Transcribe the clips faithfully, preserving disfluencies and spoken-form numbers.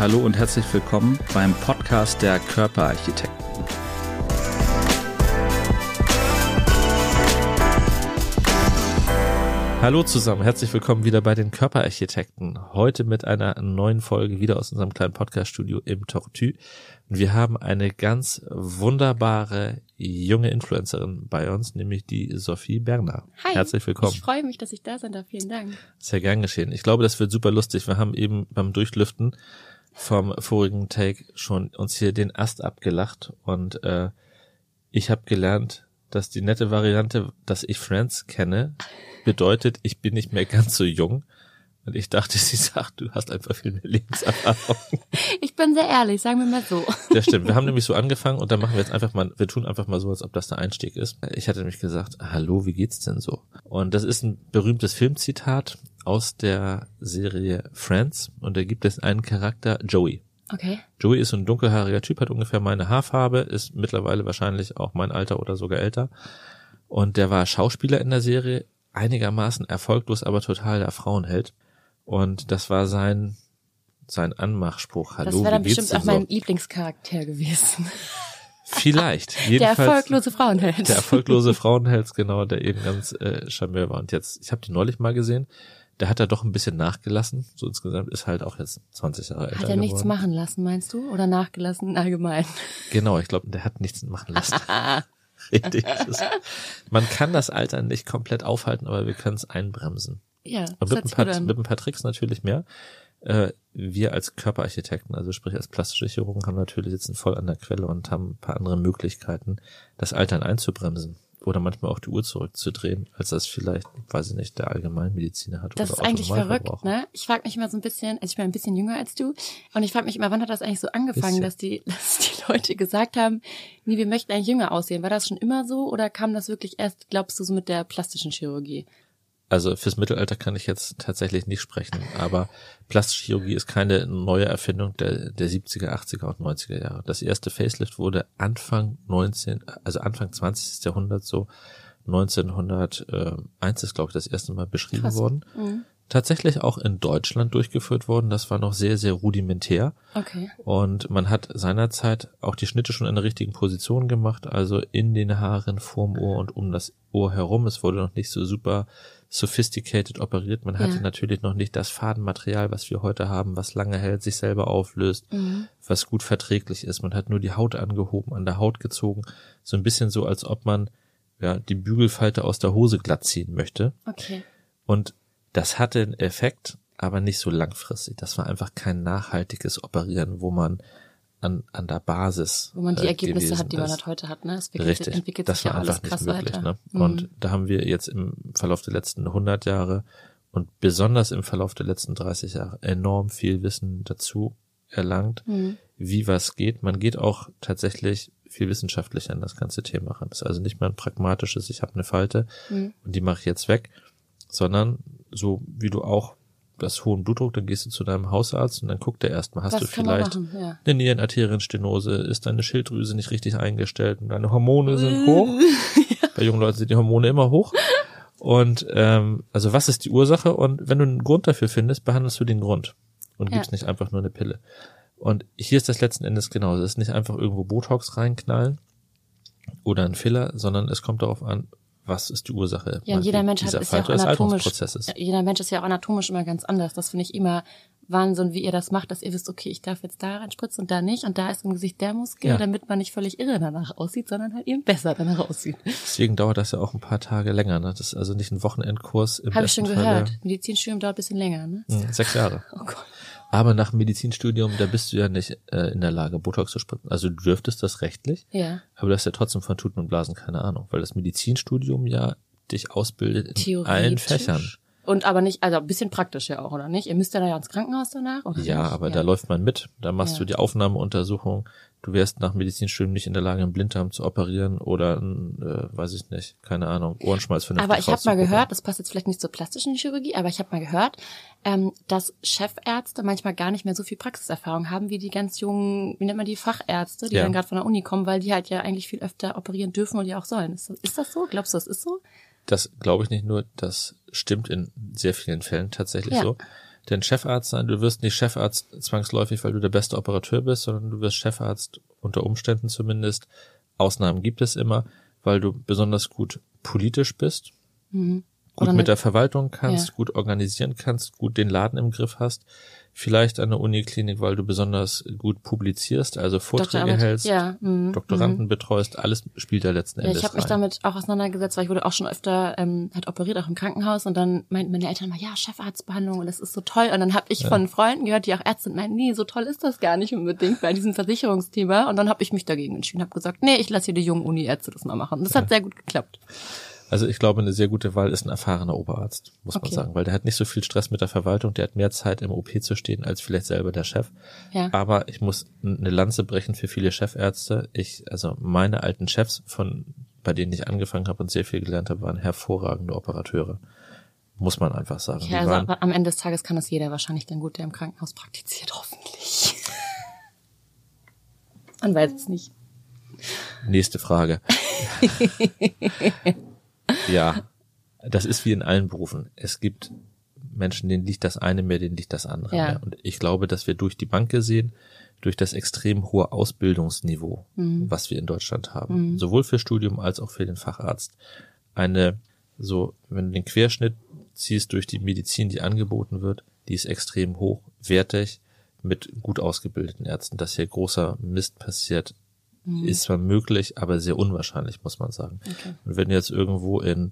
Hallo und herzlich willkommen beim Podcast der Körperarchitekten. Hallo zusammen, herzlich willkommen wieder bei den Körperarchitekten. Heute mit einer neuen Folge wieder aus unserem kleinen Podcaststudio im Tortue. Und wir haben eine ganz wunderbare junge Influencerin bei uns, nämlich die Sophie Berner. Hi, herzlich willkommen. Ich freue mich, dass ich da sein darf. Vielen Dank. Sehr gern geschehen. Ich glaube, das wird super lustig. Wir haben eben beim Durchlüften vom vorigen Take schon uns hier den Ast abgelacht und äh, ich habe gelernt, dass die nette Variante, dass ich Friends kenne, bedeutet, ich bin nicht mehr ganz so jung. Und ich dachte, sie sagt, du hast einfach viel mehr Lebenserfahrung. Ich bin sehr ehrlich, sagen wir mal so. Das stimmt. Wir haben nämlich so angefangen und dann machen wir jetzt einfach mal, wir tun einfach mal so, als ob das der Einstieg ist. Ich hatte nämlich gesagt, hallo, wie geht's denn so? Und das ist ein berühmtes Filmzitat aus der Serie Friends. Und da gibt es einen Charakter, Joey. Okay. Joey ist so ein dunkelhaariger Typ, hat ungefähr meine Haarfarbe, ist mittlerweile wahrscheinlich auch mein Alter oder sogar älter. Und der war Schauspieler in der Serie, einigermaßen erfolglos, aber total der Frauenheld. Und das war sein sein Anmachspruch. Hallo, das wäre dann wie geht's bestimmt auch denn so? mein Lieblingscharakter gewesen. Vielleicht. Der erfolglose Frauenheld. Der erfolglose Frauenheld, genau, der eben ganz äh, charmeur war. Und jetzt, ich habe die neulich mal gesehen, der hat da doch ein bisschen nachgelassen. So insgesamt ist halt auch jetzt zwanzig Jahre älter geworden. Hat er nichts machen lassen, meinst du? Oder nachgelassen allgemein? Genau, ich glaube, der hat nichts machen lassen. Richtig. Ist, man kann das Alter nicht komplett aufhalten, aber wir können es einbremsen. Ja, und mit ein, paar, mit ein paar Tricks natürlich mehr. Äh, wir als Körperarchitekten, also sprich als plastische Chirurgen, haben natürlich jetzt voll an der Quelle und haben ein paar andere Möglichkeiten, das Altern einzubremsen. Oder manchmal auch die Uhr zurückzudrehen, als das vielleicht, weiß ich nicht, der Allgemeinmediziner hat. Das oder ist eigentlich verrückt, ne? Ich frage mich immer so ein bisschen, also ich bin ein bisschen jünger als du, und ich frage mich immer, wann hat das eigentlich so angefangen, dass die, dass die Leute gesagt haben, nee, wir möchten eigentlich jünger aussehen. War das schon immer so oder kam das wirklich erst, glaubst du, so mit der plastischen Chirurgie? Also fürs Mittelalter kann ich jetzt tatsächlich nicht sprechen, aber plastische Chirurgie ist keine neue Erfindung der, der siebziger, achtziger und neunziger Jahre. Das erste Facelift wurde Anfang neunzehn, also Anfang zwanzigsten Jahrhundert, so neunzehnhunderteins ist, glaube ich, das erste Mal beschrieben Krass. worden. Mhm. Tatsächlich auch in Deutschland durchgeführt worden. Das war noch sehr, sehr rudimentär. Okay. Und man hat seinerzeit auch die Schnitte schon in der richtigen Position gemacht, also in den Haaren, vorm Ohr und um das Ohr herum. Es wurde noch nicht so super sophisticated operiert. Man hatte ja. natürlich noch nicht das Fadenmaterial, was wir heute haben, was lange hält, sich selber auflöst, mhm. was gut verträglich ist. Man hat nur die Haut angehoben, an der Haut gezogen. So ein bisschen so, als ob man ja die Bügelfalte aus der Hose glatt ziehen möchte. Okay. Und das hatte einen Effekt, aber nicht so langfristig. Das war einfach kein nachhaltiges Operieren, wo man an an der Basis wo man die äh, Ergebnisse hat, die man ist. halt heute hat, ne? Es Richtig, entwickelt das sich ja war alles einfach krass nicht möglich, weiter. ne? Mhm. Und da haben wir jetzt im Verlauf der letzten hundert Jahre und besonders im Verlauf der letzten dreißig Jahre enorm viel Wissen dazu erlangt, mhm. wie was geht. Man geht auch tatsächlich viel wissenschaftlicher an das ganze Thema ran. Es ist also nicht mehr ein pragmatisches, ich habe eine Falte mhm. und die mache ich jetzt weg, sondern so wie du auch das hohen Blutdruck, dann gehst du zu deinem Hausarzt und dann guckt er erstmal, hast Was du vielleicht machen, ja. eine Nierenarterienstenose, ist deine Schilddrüse nicht richtig eingestellt und deine Hormone sind hoch. ja. Bei jungen Leuten sind die Hormone immer hoch. Und ähm, also was ist die Ursache? Und wenn du einen Grund dafür findest, behandelst du den Grund und gibst ja. nicht einfach nur eine Pille. Und hier ist das letzten Endes genauso. Es ist nicht einfach irgendwo Botox reinknallen oder ein Filler, sondern es kommt darauf an, was ist die Ursache? Ja, und jeder Mensch hat, ist ja auch anatomisch, jeder Mensch ist ja auch anatomisch immer ganz anders. Das finde ich immer Wahnsinn, wie ihr das macht, dass ihr wisst, okay, ich darf jetzt da reinspritzen und da nicht und da ist im Gesicht der Muskel, ja. damit man nicht völlig irre danach aussieht, sondern halt eben besser danach aussieht. Deswegen dauert das ja auch ein paar Tage länger, ne? Das ist also nicht ein Wochenendkurs. Habe ich schon gehört. Medizinstudium dauert ein bisschen länger, ne? Mh, sechs Jahre. Oh Gott. Aber nach dem Medizinstudium, da bist du ja nicht äh, in der Lage, Botox zu spritzen. Also du dürftest das rechtlich, ja. aber du hast ja trotzdem von Tuten und Blasen keine Ahnung, weil das Medizinstudium ja dich ausbildet in allen Fächern. Und aber nicht, also ein bisschen praktisch ja auch, oder nicht? Ihr müsst ja da ja ins Krankenhaus danach, oder Ja, nicht? aber ja. da läuft man mit. Da machst ja. du die Aufnahmeuntersuchung. Du wärst nach Medizinstudium nicht in der Lage, einen Blinddarm zu operieren oder, ein, äh, weiß ich nicht, keine Ahnung, Ohrenschmalz vernünftig Aber ich habe mal gehört, das passt jetzt vielleicht nicht zur plastischen Chirurgie, aber ich habe mal gehört, ähm, dass Chefärzte manchmal gar nicht mehr so viel Praxiserfahrung haben wie die ganz jungen, wie nennt man die, Fachärzte, die ja. dann gerade von der Uni kommen, weil die halt ja eigentlich viel öfter operieren dürfen und ja auch sollen. Ist das, ist das so? Glaubst du, das ist so? Das glaube ich nicht nur, das stimmt in sehr vielen Fällen tatsächlich ja. so. Denn Chefarzt sein, du wirst nicht Chefarzt zwangsläufig, weil du der beste Operateur bist, sondern du wirst Chefarzt unter Umständen zumindest. Ausnahmen gibt es immer, weil du besonders gut politisch bist, Mhm. gut Oder mit mit- der Verwaltung kannst, Ja. gut organisieren kannst, gut den Laden im Griff hast. Vielleicht an der Uniklinik, weil du besonders gut publizierst, also Vorträge Doktorarbeit. hältst, Ja, mhm. Doktoranden Mhm. betreust, alles spielt da letzten Ja, Endes ich habe mich rein. damit auch auseinandergesetzt, weil ich wurde auch schon öfter ähm, halt operiert, auch im Krankenhaus. Und dann meinten meine Eltern mal, ja, Chefarztbehandlung und das ist so toll. Und dann habe ich Ja. von Freunden gehört, die auch Ärzte sind, meinten, nee, so toll ist das gar nicht unbedingt bei diesem Versicherungsthema. Und dann habe ich mich dagegen entschieden, habe gesagt, nee, ich lasse hier die jungen Uni-Ärzte das mal machen. Und das hat sehr gut geklappt. Also ich glaube, eine sehr gute Wahl ist ein erfahrener Oberarzt, muss Okay. man sagen, weil der hat nicht so viel Stress mit der Verwaltung, der hat mehr Zeit im O P zu stehen als vielleicht selber der Chef. Ja. Aber ich muss eine Lanze brechen für viele Chefärzte. Ich, also meine alten Chefs, von bei denen ich angefangen habe und sehr viel gelernt habe, waren hervorragende Operateure. Muss man einfach sagen. Ja, Die also waren, aber am Ende des Tages kann das jeder wahrscheinlich dann gut, der im Krankenhaus praktiziert, hoffentlich. Man weiß es nicht. nächste Frage. Ja, das ist wie in allen Berufen. Es gibt Menschen, denen liegt das eine mehr, denen liegt das andere Ja. mehr. Und ich glaube, dass wir durch die Bank gesehen, durch das extrem hohe Ausbildungsniveau, Mhm. was wir in Deutschland haben, sowohl für Studium als auch für den Facharzt, eine, so, wenn du den Querschnitt ziehst durch die Medizin, die angeboten wird, die ist extrem hochwertig mit gut ausgebildeten Ärzten. Dass hier großer Mist passiert, ist zwar möglich, aber sehr unwahrscheinlich, muss man sagen. Okay. Und wenn du jetzt irgendwo in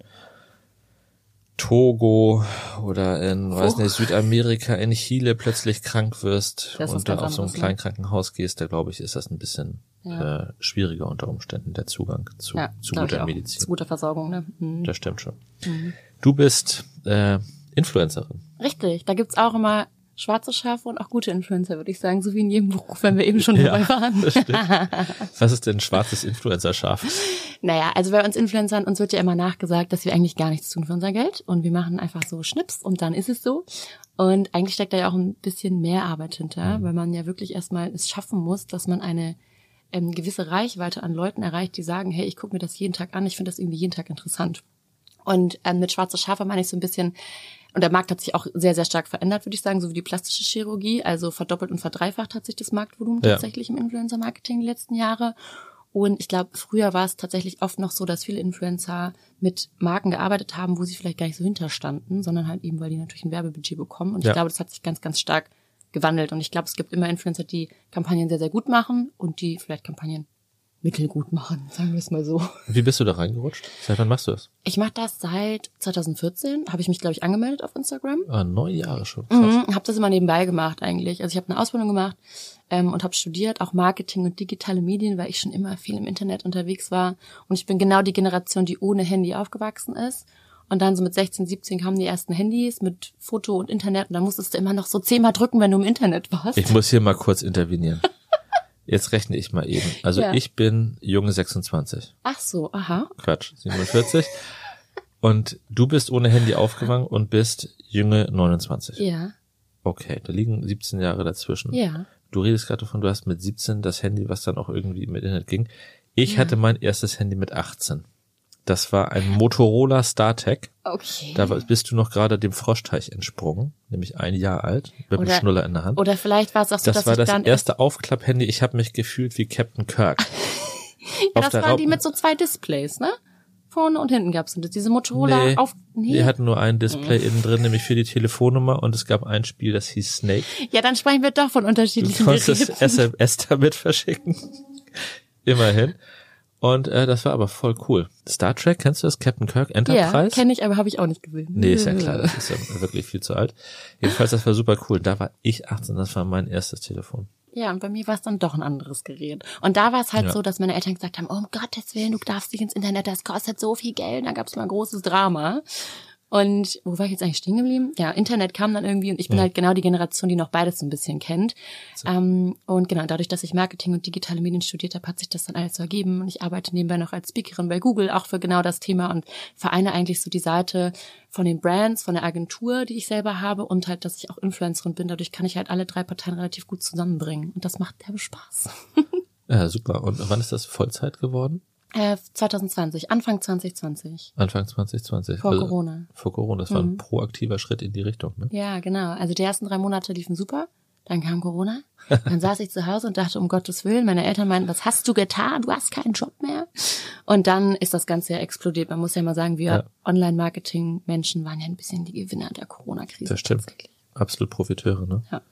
Togo oder in, Wo? weiß nicht, Südamerika, in Chile plötzlich krank wirst Das ist und da ganz auf so ein anderes, ne? Kleinkrankenhaus gehst, da glaube ich, ist das ein bisschen Ja. äh, schwieriger unter Umständen, der Zugang zu, Ja, zu glaub ich guter auch. Medizin. Zu guter Versorgung, ne? Mhm. Das stimmt schon. Du bist äh, Influencerin. Richtig, da gibt's auch immer schwarze Schafe und auch gute Influencer, würde ich sagen, so wie in jedem Beruf, wenn wir eben schon Ja, dabei waren. das stimmt. Was ist denn ein schwarzes Influencer-Schaf? Naja, also bei uns Influencern, uns wird ja immer nachgesagt, dass wir eigentlich gar nichts tun für unser Geld und wir machen einfach so Schnips und dann ist es so. Und eigentlich steckt da ja auch ein bisschen mehr Arbeit hinter, weil man ja wirklich erstmal es schaffen muss, dass man eine ähm, gewisse Reichweite an Leuten erreicht, die sagen, hey, ich gucke mir das jeden Tag an, ich finde das irgendwie jeden Tag interessant. Und ähm, mit schwarze Schafe meine ich so ein bisschen, und der Markt hat sich auch sehr, sehr stark verändert, würde ich sagen, so wie die plastische Chirurgie, also verdoppelt und verdreifacht hat sich das Marktvolumen Ja. tatsächlich im Influencer-Marketing die letzten Jahre. Und ich glaube, früher war es tatsächlich oft noch so, dass viele Influencer mit Marken gearbeitet haben, wo sie vielleicht gar nicht so hinterstanden, sondern halt eben, weil die natürlich ein Werbebudget bekommen. Und Ja. ich glaube, das hat sich ganz, ganz stark gewandelt. Und ich glaube, es gibt immer Influencer, die Kampagnen sehr, sehr gut machen und die vielleicht Kampagnen mittelgut machen, sagen wir es mal so. Wie bist du da reingerutscht? Seit wann machst du das? Ich mache das seit zwanzig vierzehn, habe ich mich, glaube ich, angemeldet auf Instagram. Ah, neun Jahre schon. Krass. Mhm, habe das immer nebenbei gemacht eigentlich. Also ich habe eine Ausbildung gemacht ähm, und habe studiert, auch Marketing und digitale Medien, weil ich schon immer viel im Internet unterwegs war. Und ich bin genau die Generation, die ohne Handy aufgewachsen ist. Und dann so mit sechzehn, siebzehn kamen die ersten Handys mit Foto und Internet. Und dann musstest du immer noch so zehnmal drücken, wenn du im Internet warst. Ich muss hier mal kurz intervenieren. Jetzt rechne ich mal eben. Also Ja. ich bin junge sechsundzwanzig. Ach so, aha. Quatsch, siebenundvierzig. Und du bist ohne Handy aufgewacht und bist junge neunundzwanzig. Ja, Okay, da liegen siebzehn Jahre dazwischen. ja. Du redest gerade davon, du hast mit siebzehn das Handy, was dann auch irgendwie mit Internet ging. Ich hatte mein erstes Handy mit achtzehn. Das war ein Motorola StarTech. Okay. Da war- bist du noch gerade dem Froschteich entsprungen, nämlich ein Jahr alt, mit einem Oder- Schnuller in der Hand. Oder vielleicht war es auch so, Das dass war ich das dann erste Aufklapp-Handy. Ich habe mich gefühlt wie Captain Kirk. Ja, Auf das der waren die Raub- mit so zwei Displays, ne? Vorne und hinten gab's und diese Motorola Nee, auf. Nee. Die hatten nur ein Display innen drin, nämlich für die Telefonnummer, und es gab ein Spiel, das hieß Snake. Ja, dann sprechen wir doch von Du unterschiedlichen konntest Geräten. S M S damit verschicken. Immerhin. Und äh, das war aber voll cool. Star Trek, kennst du das? Captain Kirk Ja, Enterprise? kenne ich, aber habe ich auch nicht gesehen. Nee, ist ja klar, das ist ja wirklich viel zu alt. Jedenfalls, das war super cool. Da war ich achtzehn, das war mein erstes Telefon. Ja, und bei mir war es dann doch ein anderes Gerät. Und da war es halt Ja. so, dass meine Eltern gesagt haben, oh, um Gottes Willen, du darfst nicht ins Internet, das kostet so viel Geld. Und da gab es mal ein großes Drama. Und wo war ich jetzt eigentlich stehen geblieben? Ja, Internet kam dann irgendwie und ich bin Ja. halt genau die Generation, die noch beides so ein bisschen kennt. Ähm, und genau, dadurch, dass ich Marketing und digitale Medien studiert habe, hat sich das dann alles so ergeben. Und ich arbeite nebenbei noch als Speakerin bei Google, auch für genau das Thema, und vereine eigentlich so die Seite von den Brands, von der Agentur, die ich selber habe, und halt, dass ich auch Influencerin bin. Dadurch kann ich halt alle drei Parteien relativ gut zusammenbringen. Und das macht derbe Spaß. Ja, super. Und wann ist das Vollzeit geworden? Äh, zwanzig zwanzig, Anfang zwanzig zwanzig. Anfang zwanzig zwanzig. Vor also, Corona. Vor Corona. Das war ein proaktiver Schritt in die Richtung. Ne? Ja, genau. Also die ersten drei Monate liefen super. Dann kam Corona. Dann saß ich zu Hause und dachte, um Gottes Willen, meine Eltern meinten, was hast du getan? Du hast keinen Job mehr. Und dann ist das Ganze ja explodiert. Man muss ja mal sagen, wir Ja. Online-Marketing-Menschen waren ja ein bisschen die Gewinner der Corona-Krise. Das stimmt. tatsächlich. Absolut Profiteure. Ne? Ja.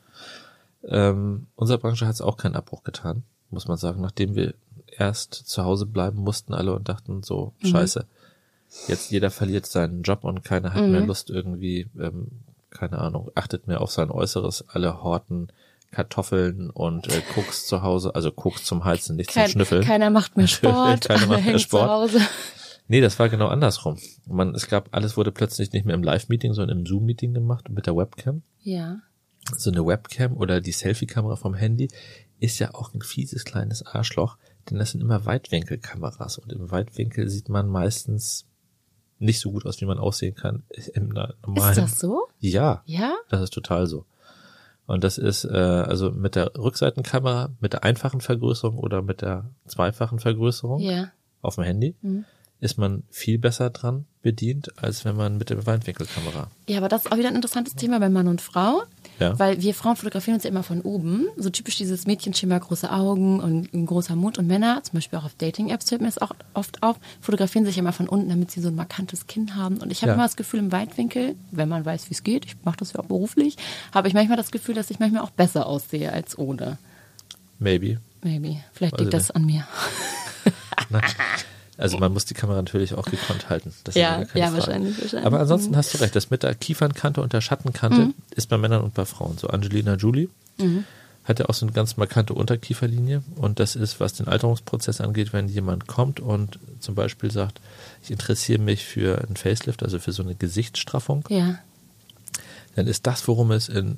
Ähm, unsere Branche hat es auch keinen Abbruch getan, muss man sagen. Nachdem wir erst zu Hause bleiben mussten alle und dachten so, Mhm. scheiße, jetzt jeder verliert seinen Job und keiner hat Mhm. mehr Lust irgendwie, ähm, keine Ahnung, achtet mehr auf sein Äußeres. Alle horten Kartoffeln und äh, Koks zu Hause, also Koks zum Heizen, nicht Kein, zum Schnüffeln. keiner macht mehr Sport, Keiner alle macht mehr hängen Sport. zu Hause. Nee, das war genau andersrum. Man, es gab, alles wurde plötzlich nicht mehr im Live-Meeting, sondern im Zoom-Meeting gemacht mit der Webcam. Ja. So eine Webcam oder die Selfie-Kamera vom Handy ist ja auch ein fieses kleines Arschloch, denn das sind immer Weitwinkelkameras und im Weitwinkel sieht man meistens nicht so gut aus, wie man aussehen kann im normalen. Ist das so? Ja, Ja? das ist total so. Und das ist äh, also mit der Rückseitenkamera, mit der einfachen Vergrößerung oder mit der zweifachen Vergrößerung Ja. auf dem Handy Mhm. ist man viel besser dran bedient, als wenn man mit der Weitwinkelkamera. Ja, aber das ist auch wieder ein interessantes Thema bei Mann und Frau. Ja. Weil wir Frauen fotografieren uns ja immer von oben. So typisch dieses Mädchenschema, große Augen und ein großer Mund. Und Männer, zum Beispiel auch auf Dating-Apps fällt mir das auch oft auf, fotografieren sich immer von unten, damit sie so ein markantes Kinn haben. Und ich habe Ja. immer das Gefühl, im Weitwinkel, wenn man weiß, wie es geht, ich mache das ja auch beruflich, habe ich manchmal das Gefühl, dass ich manchmal auch besser aussehe als ohne. Maybe. Maybe. Vielleicht Weiß liegt ich das an mir. Na, also man muss die Kamera natürlich auch gekonnt halten. Das ist Ja, gar keine ja, Frage. wahrscheinlich, wahrscheinlich. Aber ansonsten hast du recht, das mit der Kiefernkante und der Schattenkante Mhm. ist bei Männern und bei Frauen so. Angelina Jolie hat ja auch so eine ganz markante Unterkieferlinie und das ist, was den Alterungsprozess angeht, wenn jemand kommt und zum Beispiel sagt, ich interessiere mich für einen Facelift, also für so eine Gesichtsstraffung, Ja. dann ist das, worum es in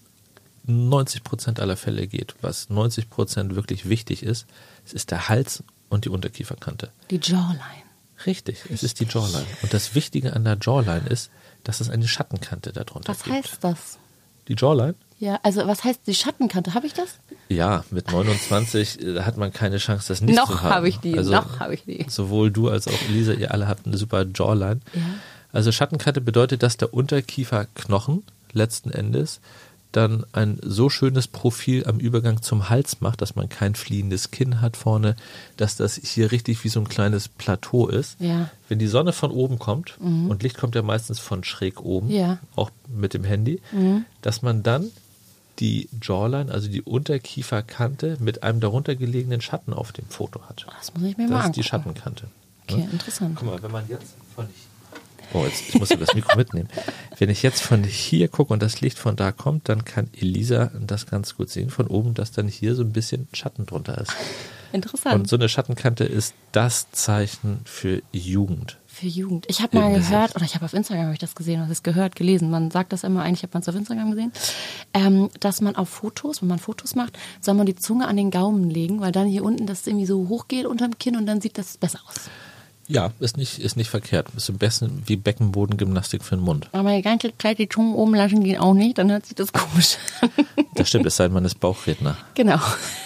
neunzig Prozent aller Fälle geht, was neunzig Prozent wirklich wichtig ist, es ist der Hals und die Unterkieferkante. Die Jawline. Richtig, es ist die Jawline. Und das Wichtige an der Jawline ist, dass es eine Schattenkante darunter Was gibt. heißt das? Die Jawline? Ja, also was heißt die Schattenkante? Habe ich das? Ja, mit neunundzwanzig äh, hat man keine Chance, das nicht Noch zu haben. habe ich die, Also, noch habe ich die. sowohl du als auch Elisa, ihr alle habt eine super Jawline. Ja. Also Schattenkante bedeutet, dass der Unterkieferknochen letzten Endes dann ein so schönes Profil am Übergang zum Hals macht, dass man kein fliehendes Kinn hat vorne, dass das hier richtig wie so ein kleines Plateau ist. Ja. Wenn die Sonne von oben kommt, und Licht kommt ja meistens von schräg oben, Ja. auch mit dem Handy, dass man dann die Jawline, also die Unterkieferkante mit einem darunter gelegenen Schatten auf dem Foto hat. Das muss ich mir Das mal ist angucken. die Schattenkante. Okay, interessant. Guck mal, wenn man jetzt von Oh, jetzt, ich muss ja das Mikro mitnehmen. Wenn ich jetzt von hier gucke und das Licht von da kommt, dann kann Elisa das ganz gut sehen von oben, dass dann hier so ein bisschen Schatten drunter ist. Interessant. Und so eine Schattenkante ist das Zeichen für Jugend. Für Jugend. Ich habe mal Im gehört, Gesicht. oder ich habe auf Instagram hab ich das gesehen, oder das gehört, gelesen. Man sagt das immer, eigentlich hat man es auf Instagram gesehen, ähm, dass man auf Fotos, wenn man Fotos macht, soll man die Zunge an den Gaumen legen, weil dann hier unten das irgendwie so hochgeht unterm Kinn und dann sieht das besser aus. Ja, ist nicht, ist nicht verkehrt. Ist am besten wie Beckenbodengymnastik für den Mund. Aber die ganze Zeit die Zunge oben lassen geht auch nicht, dann hört sich das komisch an. Das stimmt, es sei denn, man ist Bauchredner. Genau.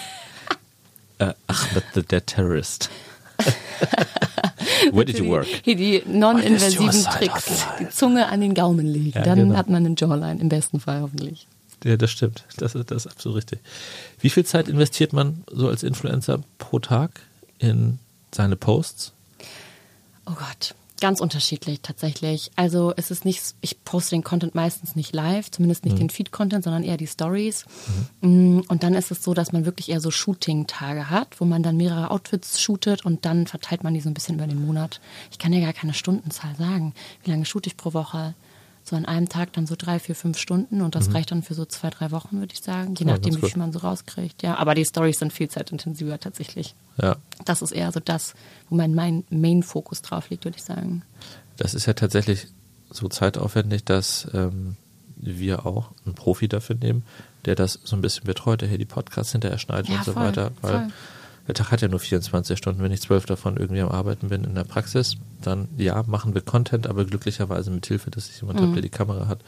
Äh, Ahmed the Dead Terrorist. Where did you work? Hier die non-invasiven What is your Tricks. side of Die Zunge an den Gaumen legen. Ja, dann genau. hat man eine Jawline, im besten Fall hoffentlich. Ja, das stimmt. Das ist, das ist absolut richtig. Wie viel Zeit investiert man so als Influencer pro Tag in seine Posts? Oh Gott, ganz unterschiedlich tatsächlich. Also es ist nicht, ich poste den Content meistens nicht live, zumindest nicht Mhm. den Feed-Content, sondern eher die Stories. Mhm. Und dann ist es so, dass man wirklich eher so Shooting-Tage hat, wo man dann mehrere Outfits shootet und dann verteilt man die so ein bisschen über den Monat. Ich kann ja gar keine Stundenzahl sagen. Wie lange shoote ich pro Woche? So an einem Tag dann so drei, vier, fünf Stunden und das reicht dann für so zwei, drei Wochen, würde ich sagen. Je Ja, nachdem, ganz wie gut. viel man so rauskriegt. Ja, aber die Stories sind viel zeitintensiver tatsächlich. Ja, Das ist eher so das, wo mein, mein Main-Fokus drauf liegt, würde ich sagen. das ist ja tatsächlich so zeitaufwendig, dass ähm, wir auch einen Profi dafür nehmen, der das so ein bisschen betreut, der hier die Podcasts hinterher schneidet Ja, und so voll, weiter. Weil voll. der Tag hat ja nur vierundzwanzig Stunden. Wenn ich zwölf davon irgendwie am Arbeiten bin in der Praxis, dann ja, machen wir Content, aber glücklicherweise mit Hilfe, dass ich jemand habe, der die Kamera hat,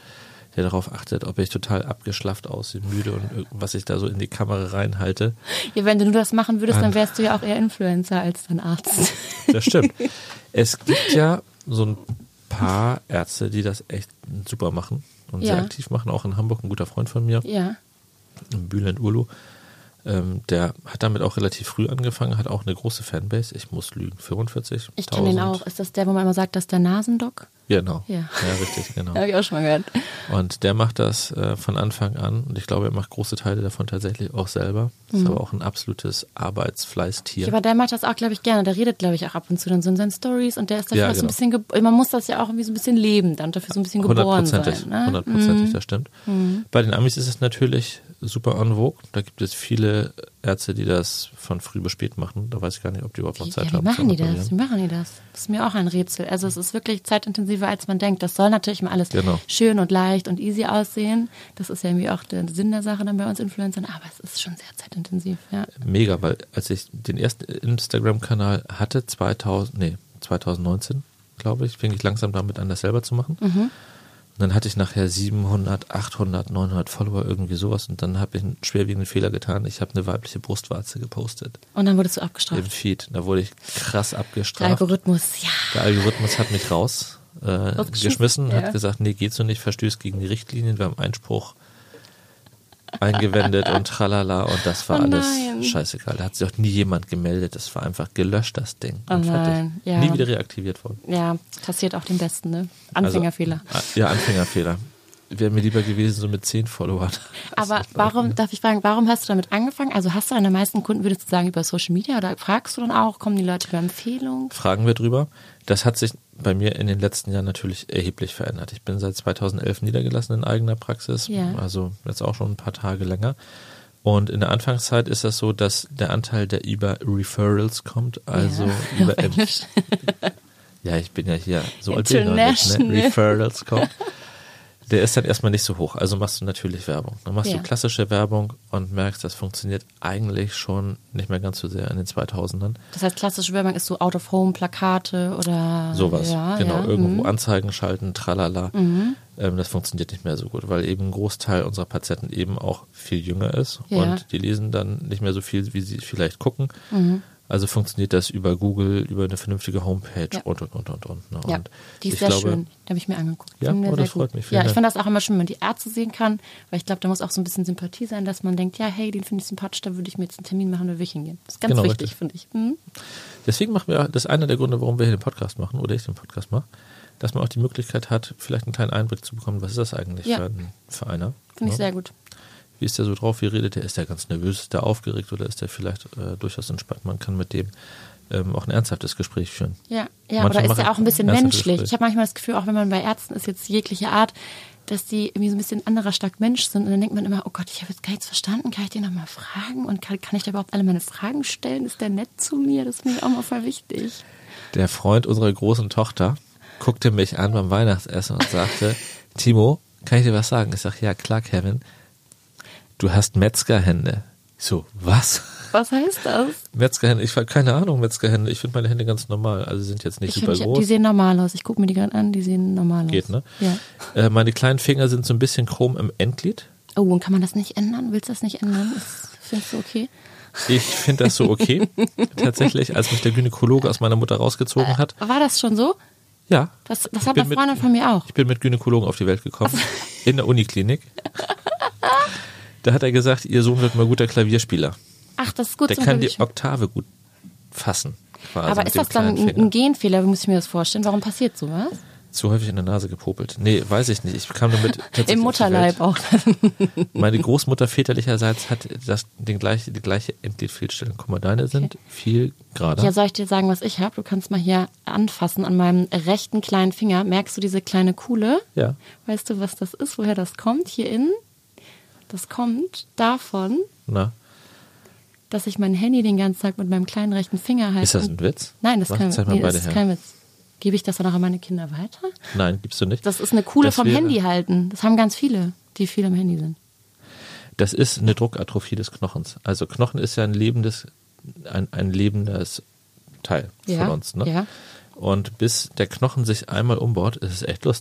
der darauf achtet, ob ich total abgeschlafft aussehe, müde und was ich da so in die Kamera reinhalte. Ja, wenn du nur das machen würdest, dann wärst du ja auch eher Influencer als dann Arzt. Das stimmt. Es gibt ja so ein paar Ärzte, die das echt super machen und ja. sehr aktiv machen, auch in Hamburg, ein guter Freund von mir, ja. Bülent Urlu. Ähm, der hat damit auch relativ früh angefangen, hat auch eine große Fanbase. Ich muss lügen, fünfundvierzigtausend. Ich kenne den auch. Ist das der, wo man immer sagt, dass der Nasendoc? Genau. Ja, ja richtig, genau. Habe ich auch schon mal gehört. Und der macht das äh, von Anfang an und ich glaube, er macht große Teile davon tatsächlich auch selber. Ist mhm. aber auch ein absolutes Arbeitsfleißtier. Ja, aber der macht das auch, glaube ich, gerne. Der redet, glaube ich, auch ab und zu dann so in seinen Stories und der ist dafür ja, auch so ein bisschen, ge- man muss das ja auch irgendwie so ein bisschen leben dann, dafür so ein bisschen geboren sein. Ne? Hundertprozentig, mhm. das stimmt. Mhm. Bei den Amis ist es natürlich super en vogue. Da gibt es viele Ärzte, die das von früh bis spät machen. Da weiß ich gar nicht, ob die überhaupt noch Wie, Zeit ja, wie haben. machen die das? Wie machen die das? Das ist mir auch ein Rätsel. Also es ist wirklich zeitintensiver, als man denkt. Das soll natürlich mal alles genau. schön und leicht und easy aussehen. Das ist ja irgendwie auch der Sinn der Sache dann bei uns Influencern. Aber es ist schon sehr zeitintensiv. Ja. Mega, weil als ich den ersten Instagram-Kanal hatte, zweitausend, nee, zweitausendneunzehn, glaube ich, fing ich langsam damit an, das selber zu machen. Mhm. Und dann hatte ich nachher siebenhundert, achthundert, neunhundert Follower, irgendwie sowas. Und dann habe ich einen schwerwiegenden Fehler getan. Ich habe eine weibliche Brustwarze gepostet. Und dann wurdest du abgestraft. Im Feed. Da wurde ich krass abgestraft. Der Algorithmus, ja. Der Algorithmus hat mich raus äh, geschmissen, ja. hat gesagt, nee, geht so nicht, verstößt gegen die Richtlinien. Wir haben Einspruch eingewendet und tralala und das war oh alles nein. scheißegal. Da hat sich auch nie jemand gemeldet. Das war einfach gelöscht, das Ding. Oh und fertig. nein. Ja. Nie wieder reaktiviert worden. Ja, passiert auch dem Besten, ne? Anfängerfehler. Also, ja, Anfängerfehler. Wäre mir lieber gewesen, so mit zehn Followern. Aber warum, darf ich fragen, warum hast du damit angefangen? Also hast du deine meisten Kunden, würdest du sagen, über Social Media oder fragst du dann auch, kommen die Leute über Empfehlungen? Fragen wir drüber. Das hat sich bei mir in den letzten Jahren natürlich erheblich verändert. Ich bin seit zweitausendelf niedergelassen in eigener Praxis, ja. also jetzt auch schon ein paar Tage länger. Und in der Anfangszeit ist das so, dass der Anteil, der über Referrals kommt, also ja. über Englisch. Ja, ich bin ja hier so alt bin ich noch nicht, ne? Referrals kommt. Der ist dann erstmal nicht so hoch. Also machst du natürlich Werbung. Dann machst ja. du klassische Werbung und merkst, das funktioniert eigentlich schon nicht mehr ganz so sehr in den zweitausendern. Das heißt, klassische Werbung ist so Out-of-Home-Plakate oder sowas. Ja, genau, ja. irgendwo mhm. Anzeigen schalten, tralala. Mhm. Ähm, das funktioniert nicht mehr so gut, weil eben ein Großteil unserer Patienten eben auch viel jünger ist ja. und die lesen dann nicht mehr so viel, wie sie vielleicht gucken. Mhm. Also funktioniert das über Google, über eine vernünftige Homepage ja. und, und, und, und, und. Ne? Ja, und die ist ich sehr glaube, schön. Die habe ich mir angeguckt. Ja, oh, das freut gut. mich. Ja, ich Dank. finde das auch immer schön, wenn man die Ärzte sehen kann, weil ich glaube, da muss auch so ein bisschen Sympathie sein, dass man denkt, ja, hey, den finde ich sympathisch, da würde ich mir jetzt einen Termin machen, da würde ich hingehen. Das ist ganz genau, wichtig, finde ich. Mhm. Deswegen machen wir, das ist einer der Gründe, warum wir hier den Podcast machen, oder ich den Podcast mache, dass man auch die Möglichkeit hat, vielleicht einen kleinen Einblick zu bekommen, was ist das eigentlich ja. für, ein, für einer. Finde ich ne? sehr gut. Wie ist der so drauf, wie redet der? Ist der ganz nervös, ist der aufgeregt oder ist der vielleicht äh, durchaus entspannt? Man kann mit dem ähm, auch ein ernsthaftes Gespräch führen. Ja, ja, Manche oder ist machen ja auch ein bisschen ernsthaftes menschlich. Gespräch. Ich habe manchmal das Gefühl, auch wenn man bei Ärzten ist, jetzt jegliche Art, dass die irgendwie so ein bisschen anderer stark Mensch sind. Und dann denkt man immer, oh Gott, ich habe jetzt gar nichts verstanden, kann ich den nochmal fragen? Und kann, kann ich da überhaupt alle meine Fragen stellen? Ist der nett zu mir? Das ist mir auch mal voll wichtig. Der Freund unserer großen Tochter guckte mich an beim Weihnachtsessen und sagte, Timo, kann ich dir was sagen? Ich sage, ja klar, Kevin, du hast Metzgerhände. Ich so, was? Was heißt das? Metzgerhände, ich habe keine Ahnung, Metzgerhände. Ich finde meine Hände ganz normal. Also sind jetzt nicht Ich super find, groß. Die sehen normal aus. Ich gucke mir die gerade an, die sehen normal aus. Geht, ne? Ja. Äh, meine kleinen Finger sind so ein bisschen chrom im Endglied. Oh, und kann man das nicht ändern? Willst du das nicht ändern? Ist, findest du okay? Ich finde das so okay. Tatsächlich, als mich der Gynäkologe aus meiner Mutter rausgezogen hat. War das schon so? Ja. Das, das Ich hat bin eine Freundin von mir auch. Ich bin mit Gynäkologen auf die Welt gekommen. In der Uniklinik. Da hat er gesagt, ihr Sohn wird mal guter Klavierspieler. Ach, das ist gut. Der zum kann die Beispiel. Oktave gut fassen. Quasi Aber mit ist dem das dann kleinen ein, Finger. ein Genfehler? Wie muss ich mir das vorstellen? Warum passiert sowas? Zu häufig in der Nase gepopelt. Nee, weiß ich nicht. Ich kam damit tatsächlich Im auf die Mutterleib Welt. auch. Meine Großmutter väterlicherseits hat das, den gleiche, die gleiche Endgliedfehlstellung. Guck mal, deine sind viel gerader. Ja, soll ich dir sagen, was ich habe? Du kannst mal hier anfassen an meinem rechten kleinen Finger. Merkst du diese kleine Kuhle? Ja. Weißt du, was das ist? Woher das kommt? Hier innen? Das kommt davon, Na, dass ich mein Handy den ganzen Tag mit meinem kleinen rechten Finger halte. ist das ein Witz? Nein, das, Mach, kann, zeig mal nee, das beide ist her. kein Witz. Gebe ich das dann auch an meine Kinder weiter? Nein, gibst du nicht. Das ist eine Kuhle Das vom wäre- Handy halten. Das haben ganz viele, die viel am Handy sind. Das ist eine Druckatrophie des Knochens. Also Knochen ist ja ein lebendes, ein, ein lebendes Teil Ja, von uns. Ne? ja. Und bis der Knochen sich einmal umbaut, ist es echt lustig.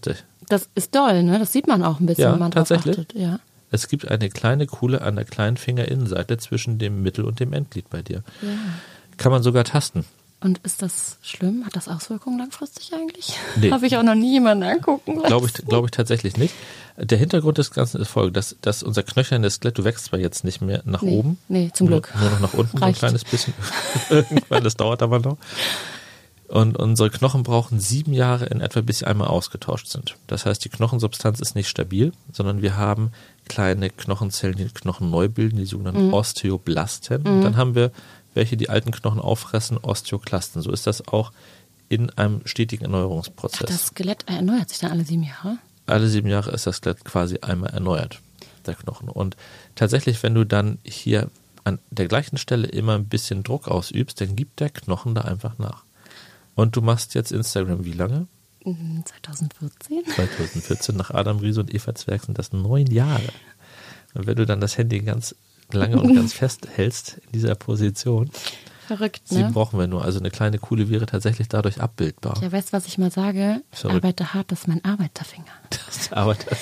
Das ist doll, ne? Das sieht man auch ein bisschen, Ja, wenn man drauf tatsächlich. achtet. Ja. Es gibt eine kleine Kuhle an der kleinen Fingerinnenseite zwischen dem Mittel- und dem Endglied bei dir. Ja. Kann man sogar tasten. Und ist das schlimm? Hat das Auswirkungen langfristig eigentlich? Nee. Habe ich auch noch nie jemanden angucken lassen. Glaube ich, glaube ich tatsächlich nicht. Der Hintergrund des Ganzen ist folgende, dass, dass unser knöchernes Skelett, du wächst zwar jetzt nicht mehr nach Nee. oben. Nee, zum nur, Glück. Nur noch nach unten, so ein Reicht. kleines bisschen. Irgendwann, das dauert aber noch. Und unsere Knochen brauchen sieben Jahre in etwa, bis sie einmal ausgetauscht sind. Das heißt, die Knochensubstanz ist nicht stabil, sondern wir haben kleine Knochenzellen, die Knochen neu bilden, die sogenannten Mhm. Osteoblasten. Und dann haben wir welche, die alten Knochen auffressen, Osteoklasten. So ist das auch in einem stetigen Ach, Erneuerungsprozess. das Skelett erneuert sich dann alle sieben Jahre? Alle sieben Jahre ist das Skelett quasi einmal erneuert, der Knochen. Und tatsächlich, wenn du dann hier an der gleichen Stelle immer ein bisschen Druck ausübst, dann gibt der Knochen da einfach nach. Und du machst jetzt Instagram wie lange? Mhm, zwanzig vierzehn. zwanzig vierzehn, nach Adam Riese und Eva Zwerg sind das neun Jahre. Und wenn du dann das Handy ganz lange und ganz fest hältst in dieser Position, Verrückt, sieben ne? brauchen wir nur. Also eine kleine Kuhle wäre tatsächlich dadurch abbildbar. Ja, weißt du, was ich mal sage? Ich Verrückt. arbeite hart, das ist mein Arbeiterfinger. Das, aber das,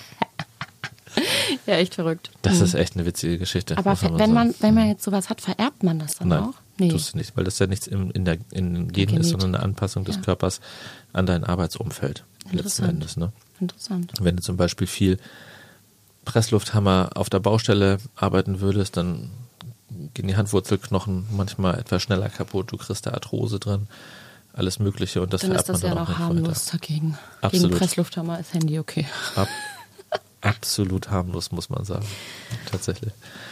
Ja, echt verrückt. das ist echt eine witzige Geschichte. Aber muss man mal wenn sagen. man, wenn man jetzt sowas hat, vererbt man das dann Nein, auch? Nee. tust du nicht, weil das ja nichts in, in, der, in den Genen Genet. ist, sondern eine Anpassung des Ja. Körpers an dein Arbeitsumfeld letzten Interessant. Endes. Ne? Interessant. Wenn du zum Beispiel viel Presslufthammer auf der Baustelle arbeiten würdest, dann gehen die Handwurzelknochen manchmal etwas schneller kaputt, du kriegst da Arthrose drin, alles Mögliche und das Dann ist vererbt das man ja dann auch noch nicht harmlos dagegen. Gegen Absolut. Presslufthammer ist Handy okay. weiter. Ab, absolut harmlos, muss man sagen. Tatsächlich.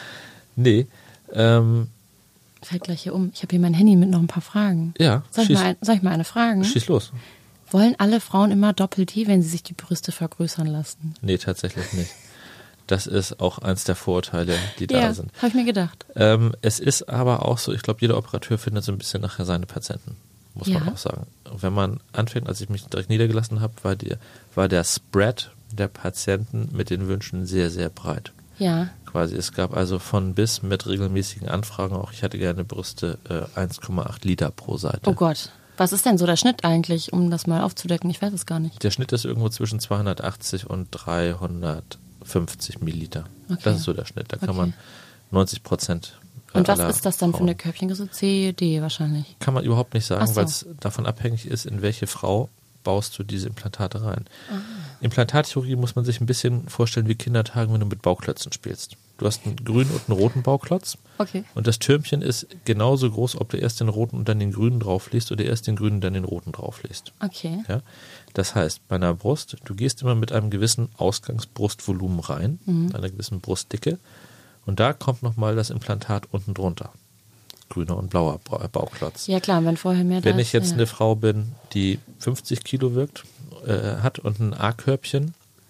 Nee, ähm, Fällt gleich hier um. Ich habe hier mein Handy mit noch ein paar Fragen. ja, Soll ich, schieß, mal, ein, soll ich mal eine fragen? schieß los. Wollen alle Frauen immer Doppel-D, wenn sie sich die Brüste vergrößern lassen? Nee, tatsächlich nicht. Das ist auch eins der Vorurteile, die da Ja, sind. habe ich mir gedacht. Ähm, es ist aber auch so, ich glaube, jeder Operateur findet so ein bisschen nachher seine Patienten, muss Ja. man auch sagen. Wenn man anfängt, als ich mich direkt niedergelassen habe, war, die, war der Spread der Patienten mit den Wünschen sehr, sehr breit. Ja. Quasi, es gab also von bis mit regelmäßigen Anfragen auch, ich hätte gerne Brüste äh, eins Komma acht Liter pro Seite. Oh Gott. Was ist denn so der Schnitt eigentlich, um das mal aufzudecken? Ich weiß es gar nicht. Der Schnitt ist irgendwo zwischen zweihundertachtzig und dreihundertfünfzig Milliliter. Okay. Das ist so der Schnitt. Da kann Okay. man neunzig Prozent. Und was ist das dann für eine Körbchengröße? C, D wahrscheinlich. Kann man überhaupt nicht sagen, Ach so. weil es davon abhängig ist, in welche Frau baust du diese Implantate rein. Ah. Implantatchirurgie muss man sich ein bisschen vorstellen wie Kindertagen, wenn du mit Bauklötzen spielst. Du hast einen grünen und einen roten Bauklotz. Okay. Und das Türmchen ist genauso groß, ob du erst den roten und dann den grünen drauflegst oder erst den grünen und dann den roten drauflegst. Okay. Ja? Das heißt, bei einer Brust, du gehst immer mit einem gewissen Ausgangsbrustvolumen rein, Mhm. einer gewissen Brustdicke. Und da kommt nochmal das Implantat unten drunter. Grüner und blauer Bra- Bauklotz. Ja klar, wenn vorher mehr da Wenn ist, ich jetzt ja. eine Frau bin, die fünfzig Kilo wirkt, äh, hat und ein A-Körbchen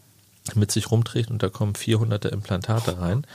mit sich rumträgt und da kommen vierhunderte Implantate rein,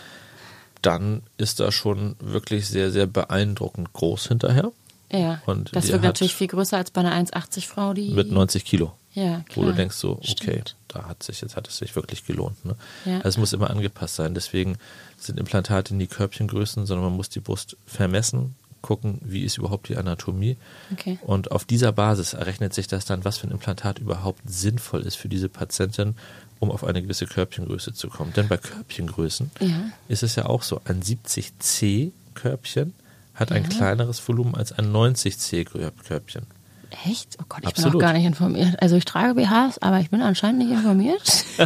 dann ist das schon wirklich sehr, sehr beeindruckend groß hinterher. Ja, und das die wirkt hat- natürlich viel größer als bei einer eins achtzig Frau, die... Mit neunzig Kilo. Ja, Wo klar. du denkst so, okay, Stimmt. da hat sich, jetzt hat es sich wirklich gelohnt. Ne? Ja. Also es muss immer angepasst sein. Deswegen sind Implantate nie Körbchengrößen, sondern man muss die Brust vermessen, gucken, wie ist überhaupt die Anatomie. Okay. Und auf dieser Basis errechnet sich das dann, was für ein Implantat überhaupt sinnvoll ist für diese Patientin, um auf eine gewisse Körbchengröße zu kommen. Denn bei Körbchengrößen Ja. ist es ja auch so, ein siebzig C Körbchen hat ein Ja. kleineres Volumen als ein neunzig C Körbchen. Echt? Oh Gott, ich bin Absolut. auch gar nicht informiert. Also ich trage B Hs, aber ich bin anscheinend nicht informiert.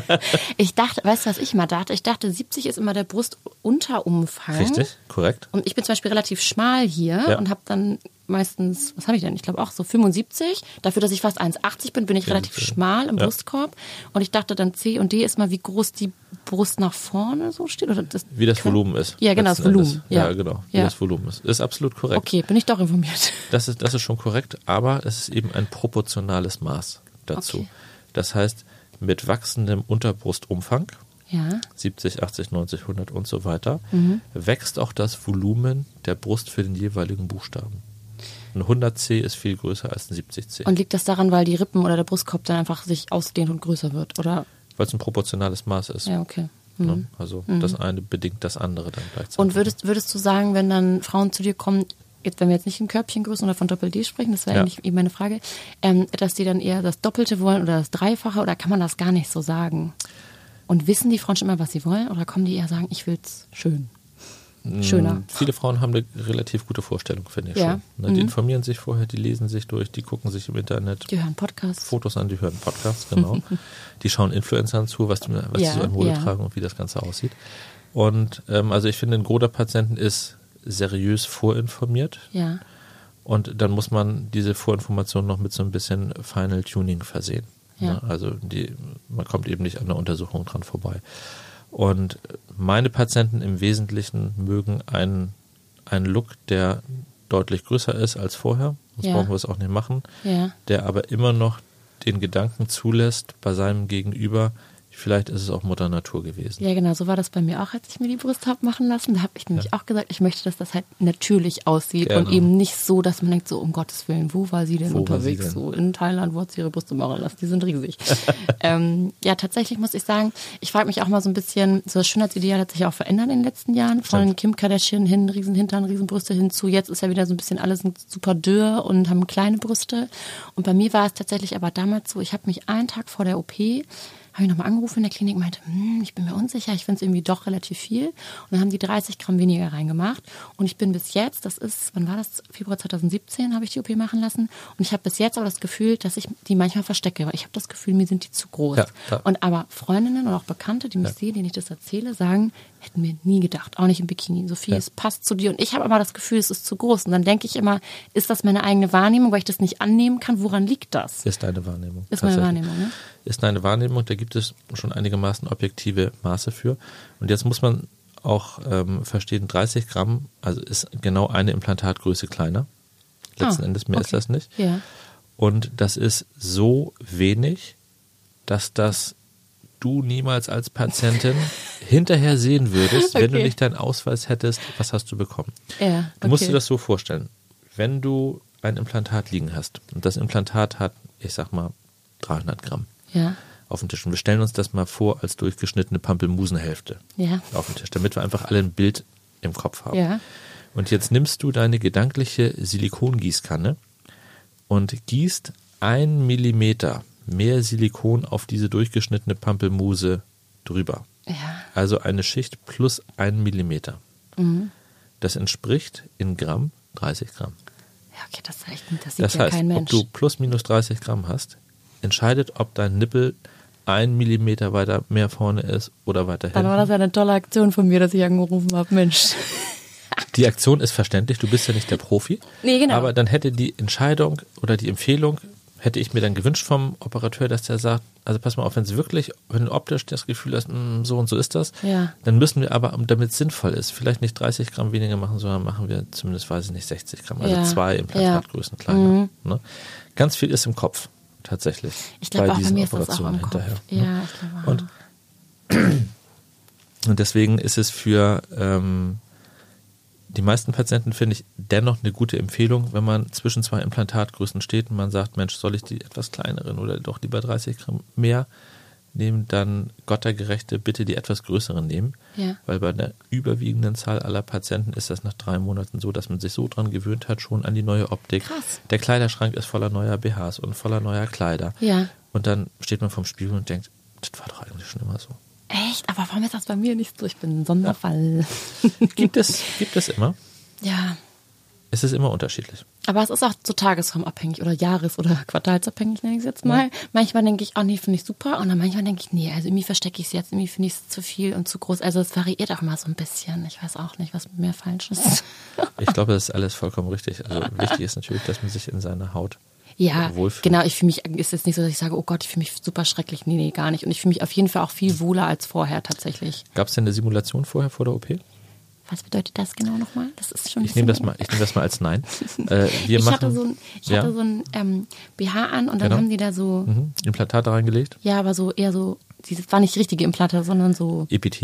Ich dachte, weißt du, was ich mal dachte? Ich dachte, siebzig ist immer der Brustunterumfang. Richtig? Korrekt? Und ich bin zum Beispiel relativ schmal hier Ja. und habe dann meistens, was habe ich denn? Ich glaube auch so fünfundsiebzig. Dafür, dass ich fast eins achtzig bin, bin ich relativ fünfundsiebzig. schmal im Ja. Brustkorb. Und ich dachte dann C und D ist mal, wie groß die Brust nach vorne so steht. Oder das Wie das Volumen ist. Ja, genau, das letzten Volumen. Endes. Ja. Ja, genau. Wie Ja. das Volumen ist. Ist absolut korrekt. Okay, bin ich doch informiert. Das ist, das ist schon korrekt, aber es ist eben ein proportionales Maß dazu. Okay. Das heißt, mit wachsendem Unterbrustumfang, Ja. siebzig, achtzig, neunzig, hundert und so weiter, Mhm. wächst auch das Volumen der Brust für den jeweiligen Buchstaben. Ein hundert C ist viel größer als ein siebzig C, Und liegt das daran, weil die Rippen oder der Brustkorb dann einfach sich ausdehnt und größer wird? Oder? weil es ein proportionales Maß ist. Ja, okay. Mhm. Ne? Also das eine bedingt das andere dann gleichzeitig. Und würdest, würdest du sagen, wenn dann Frauen zu dir kommen, jetzt wenn wir jetzt nicht in Körbchengrößen oder von Doppel-D sprechen, das wäre Ja. eigentlich eben meine Frage, ähm, dass die dann eher das Doppelte wollen oder das Dreifache oder kann man das gar nicht so sagen? Und wissen die Frauen schon immer, was sie wollen oder kommen die eher sagen, ich will's schön? Schöner. Viele Frauen haben eine relativ gute Vorstellung, finde ich Ja. schon. Ne, die Mhm. informieren sich vorher, die lesen sich durch, die gucken sich im Internet Die hören Podcasts. Fotos an, die hören Podcasts, genau. Die schauen Influencern zu, was die, was Ja, die so an Mode ja. tragen und wie das Ganze aussieht. Und ähm, also ich finde, ein Gros der Patienten ist seriös vorinformiert. Ja. Und dann muss man diese Vorinformation noch mit so ein bisschen Final Tuning versehen. Ja. Ne? Also die, man kommt eben nicht an der Untersuchung dran vorbei. Und meine Patienten im Wesentlichen mögen einen, einen Look, der deutlich größer ist als vorher, sonst Ja. brauchen wir es auch nicht machen, Ja. der aber immer noch den Gedanken zulässt bei seinem Gegenüber, vielleicht ist es auch Mutter Natur gewesen. Ja, genau, so war das bei mir auch, als ich mir die Brust habe machen lassen. Da habe ich nämlich auch gesagt, ich möchte, dass das halt natürlich aussieht Genau. und eben nicht so, dass man denkt, so um Gottes Willen, wo war sie denn Wo war sie unterwegs? denn? So in Thailand, wo hat sie ihre Brüste machen lassen? Die sind riesig. ähm, ja, tatsächlich muss ich sagen, ich frage mich auch mal so ein bisschen, so das Schönheitsideal hat sich ja auch verändert in den letzten Jahren. Von Stimmt. Kim Kardashian hin, riesen Hintern, riesen Brüste hinzu. Jetzt ist ja wieder so ein bisschen alles super dürr und haben kleine Brüste. Und bei mir war es tatsächlich aber damals so, ich habe mich einen Tag vor der O P habe ich nochmal angerufen in der Klinik und meinte, hm, ich bin mir unsicher, ich finde es irgendwie doch relativ viel. Und dann haben die dreißig Gramm weniger reingemacht. Und ich bin bis jetzt, das ist, wann war das? Februar zwanzig siebzehn habe ich die O P machen lassen. Und ich habe bis jetzt aber das Gefühl, dass ich die manchmal verstecke, weil ich habe das Gefühl, mir sind die zu groß. Ja, ja. Und aber Freundinnen und auch Bekannte, die mich Ja. sehen, denen ich das erzähle, sagen, hätten mir nie gedacht, auch nicht im Bikini. Sophie, Ja. es passt zu dir. Und ich habe aber das Gefühl, es ist zu groß. Und dann denke ich immer, ist das meine eigene Wahrnehmung, weil ich das nicht annehmen kann? Woran liegt das? Ist deine Wahrnehmung. Ist meine tatsächlich. Wahrnehmung, ne? Ist eine Wahrnehmung, da gibt es schon einigermaßen objektive Maße für. Und jetzt muss man auch ähm, verstehen, dreißig Gramm, also ist genau eine Implantatgröße kleiner. Letzten Ah, Endes mehr okay. ist das nicht. Ja. Und das ist so wenig, dass das du niemals als Patientin hinterher sehen würdest, wenn du Okay. nicht deinen Ausweis hättest, was hast du bekommen. Ja, Du musst okay. dir das so vorstellen, wenn du ein Implantat liegen hast und das Implantat hat, ich sag mal, dreihundert Gramm Ja. auf dem Tisch. Und wir stellen uns das mal vor als durchgeschnittene Pampelmusenhälfte Ja. auf dem Tisch, damit wir einfach alle ein Bild im Kopf haben. Ja. Und jetzt nimmst du deine gedankliche Silikongießkanne und gießt ein Millimeter mehr Silikon auf diese durchgeschnittene Pampelmuse drüber. Ja. Also eine Schicht plus ein Millimeter. Mhm. Das entspricht in Gramm dreißig Gramm. Ja, okay, das, ist echt, das sieht Das ja heißt, kein ob Mensch. du plus minus dreißig Gramm hast, entscheidet, ob dein Nippel ein Millimeter weiter mehr vorne ist oder weiter Dann war hinten. das ja eine tolle Aktion von mir, dass ich angerufen habe. Mensch. Die Aktion ist verständlich, du bist ja nicht der Profi. Nee, genau. Aber dann hätte die Entscheidung oder die Empfehlung, hätte ich mir dann gewünscht vom Operateur, dass der sagt, also pass mal auf, wenn es wirklich, wenn du optisch das Gefühl hast, mh, so und so ist das, Ja. dann müssen wir aber, damit es sinnvoll ist, vielleicht nicht dreißig Gramm weniger machen, sondern machen wir zumindest, weiß ich nicht, sechzig Gramm, also Ja. zwei Implantatgrößen kleiner. Mhm. Ne? Ganz viel ist im Kopf, tatsächlich. Ich glaube, auch bei diesen mir ist das auch Operationen im Kopf. hinterher. ne? Ja, ich glaube auch. Und, und deswegen ist es für ähm, die meisten Patienten, finde ich, dennoch eine gute Empfehlung, wenn man zwischen zwei Implantatgrößen steht und man sagt, Mensch, soll ich die etwas kleineren oder doch lieber dreißig Gramm mehr nehmen, dann gottergerechte bitte die etwas größeren nehmen. Ja. Weil bei der überwiegenden Zahl aller Patienten ist das nach drei Monaten so, dass man sich so dran gewöhnt hat, schon an die neue Optik. Krass. Der Kleiderschrank ist voller neuer B Hs und voller neuer Kleider. Ja. Und dann steht man vorm Spiegel und denkt, das war doch eigentlich schon immer so. Echt? Aber warum ist das bei mir nicht so? Ich bin ein Sonderfall. Gibt es, gibt es immer. Ja. Es ist immer unterschiedlich. Aber es ist auch so tagesformabhängig oder jahres- oder quartalsabhängig, nenne ich es jetzt mal. Manchmal denke ich, oh nee, finde ich super. Und dann manchmal denke ich, nee, also irgendwie verstecke ich es jetzt, irgendwie finde ich es zu viel und zu groß. Also es variiert auch mal so ein bisschen. Ich weiß auch nicht, was mit mir falsch ist. Ich glaube, das ist alles vollkommen richtig. Also wichtig ist natürlich, dass man sich in seiner Haut Ja, wohlfühlt. genau. Ich fühle mich, ist jetzt nicht so, dass ich sage, oh Gott, ich fühle mich super schrecklich. Nee, nee, gar nicht. Und ich fühle mich auf jeden Fall auch viel wohler als vorher tatsächlich. Gab es denn eine Simulation vorher vor der O P? Was bedeutet das genau nochmal? Das ist schon ein Ich nehme das bisschen- mal, ich nehme das mal als Nein. Äh, wir Ich machen, hatte so ein, ich ja, hatte so ein ähm, B H an und dann Genau. haben die da so, mhm, Implantate reingelegt. ja, aber so eher so, das war nicht richtige Implantate, sondern so, Epithesen.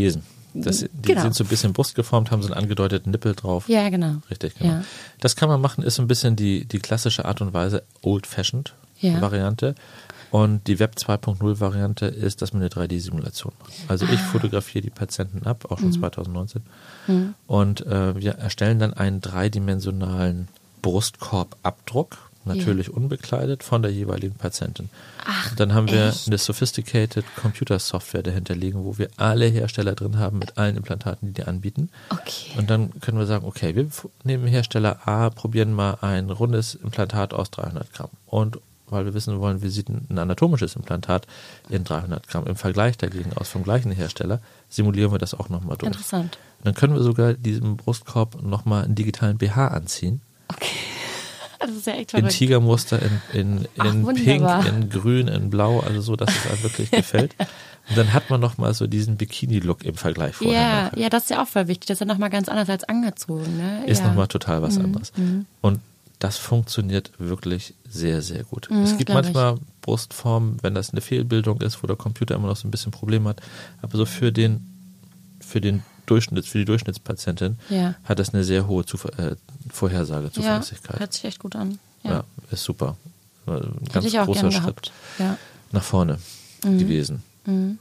Das, die genau. sind so ein bisschen brustgeformt, haben so einen angedeuteten Nippel drauf. Ja, genau. Richtig, genau. Ja. Das kann man machen, ist so ein bisschen die, die klassische Art und Weise, old-fashioned Ja. Variante. Und die Web zwei Punkt null Variante ist, dass man eine drei D-Simulation macht. Also ich fotografiere die Patienten ab, auch schon Mhm. zwanzig neunzehn. Mhm. Und äh, wir erstellen dann einen dreidimensionalen Brustkorbabdruck, natürlich ja. unbekleidet, von der jeweiligen Patientin. Ach, und dann haben wir echt? eine sophisticated Computer-Software dahinter liegen, wo wir alle Hersteller drin haben mit allen Implantaten, die die anbieten. Okay. Und dann können wir sagen, okay, wir nehmen Hersteller A, probieren mal ein rundes Implantat aus dreihundert Gramm. Und weil wir wissen wollen, wie sieht ein anatomisches Implantat in dreihundert Gramm im Vergleich dagegen aus vom gleichen Hersteller, simulieren wir das auch nochmal durch. Interessant. Und dann können wir sogar diesem Brustkorb nochmal einen digitalen B H anziehen. Okay. Das ist ja echt In verrückt. Tigermuster, in, in, in Ach, Pink, wunderbar. in Grün, in Blau, also so, dass es einem wirklich gefällt. Und dann hat man nochmal so diesen Bikini-Look im Vergleich vorher. Ja, nachher. ja, das ist ja auch voll wichtig. Das ist ja nochmal ganz anders als angezogen. Ne? Ist ja. nochmal total was Mhm. anderes. Und das funktioniert wirklich sehr, sehr gut. Mhm, es gibt glaub manchmal Brustformen, wenn das eine Fehlbildung ist, wo der Computer immer noch so ein bisschen Probleme hat. Aber so für den, für den Durchschnitts, für die Durchschnittspatientin Ja. hat das eine sehr hohe Zuver äh, Vorhersage, Ja, Zuverlässigkeit. hört sich echt gut an. Ja, Ja, ist super. Ein hätte ganz ich auch großer gern Schritt gehabt. Ja. nach vorne gewesen. Mhm.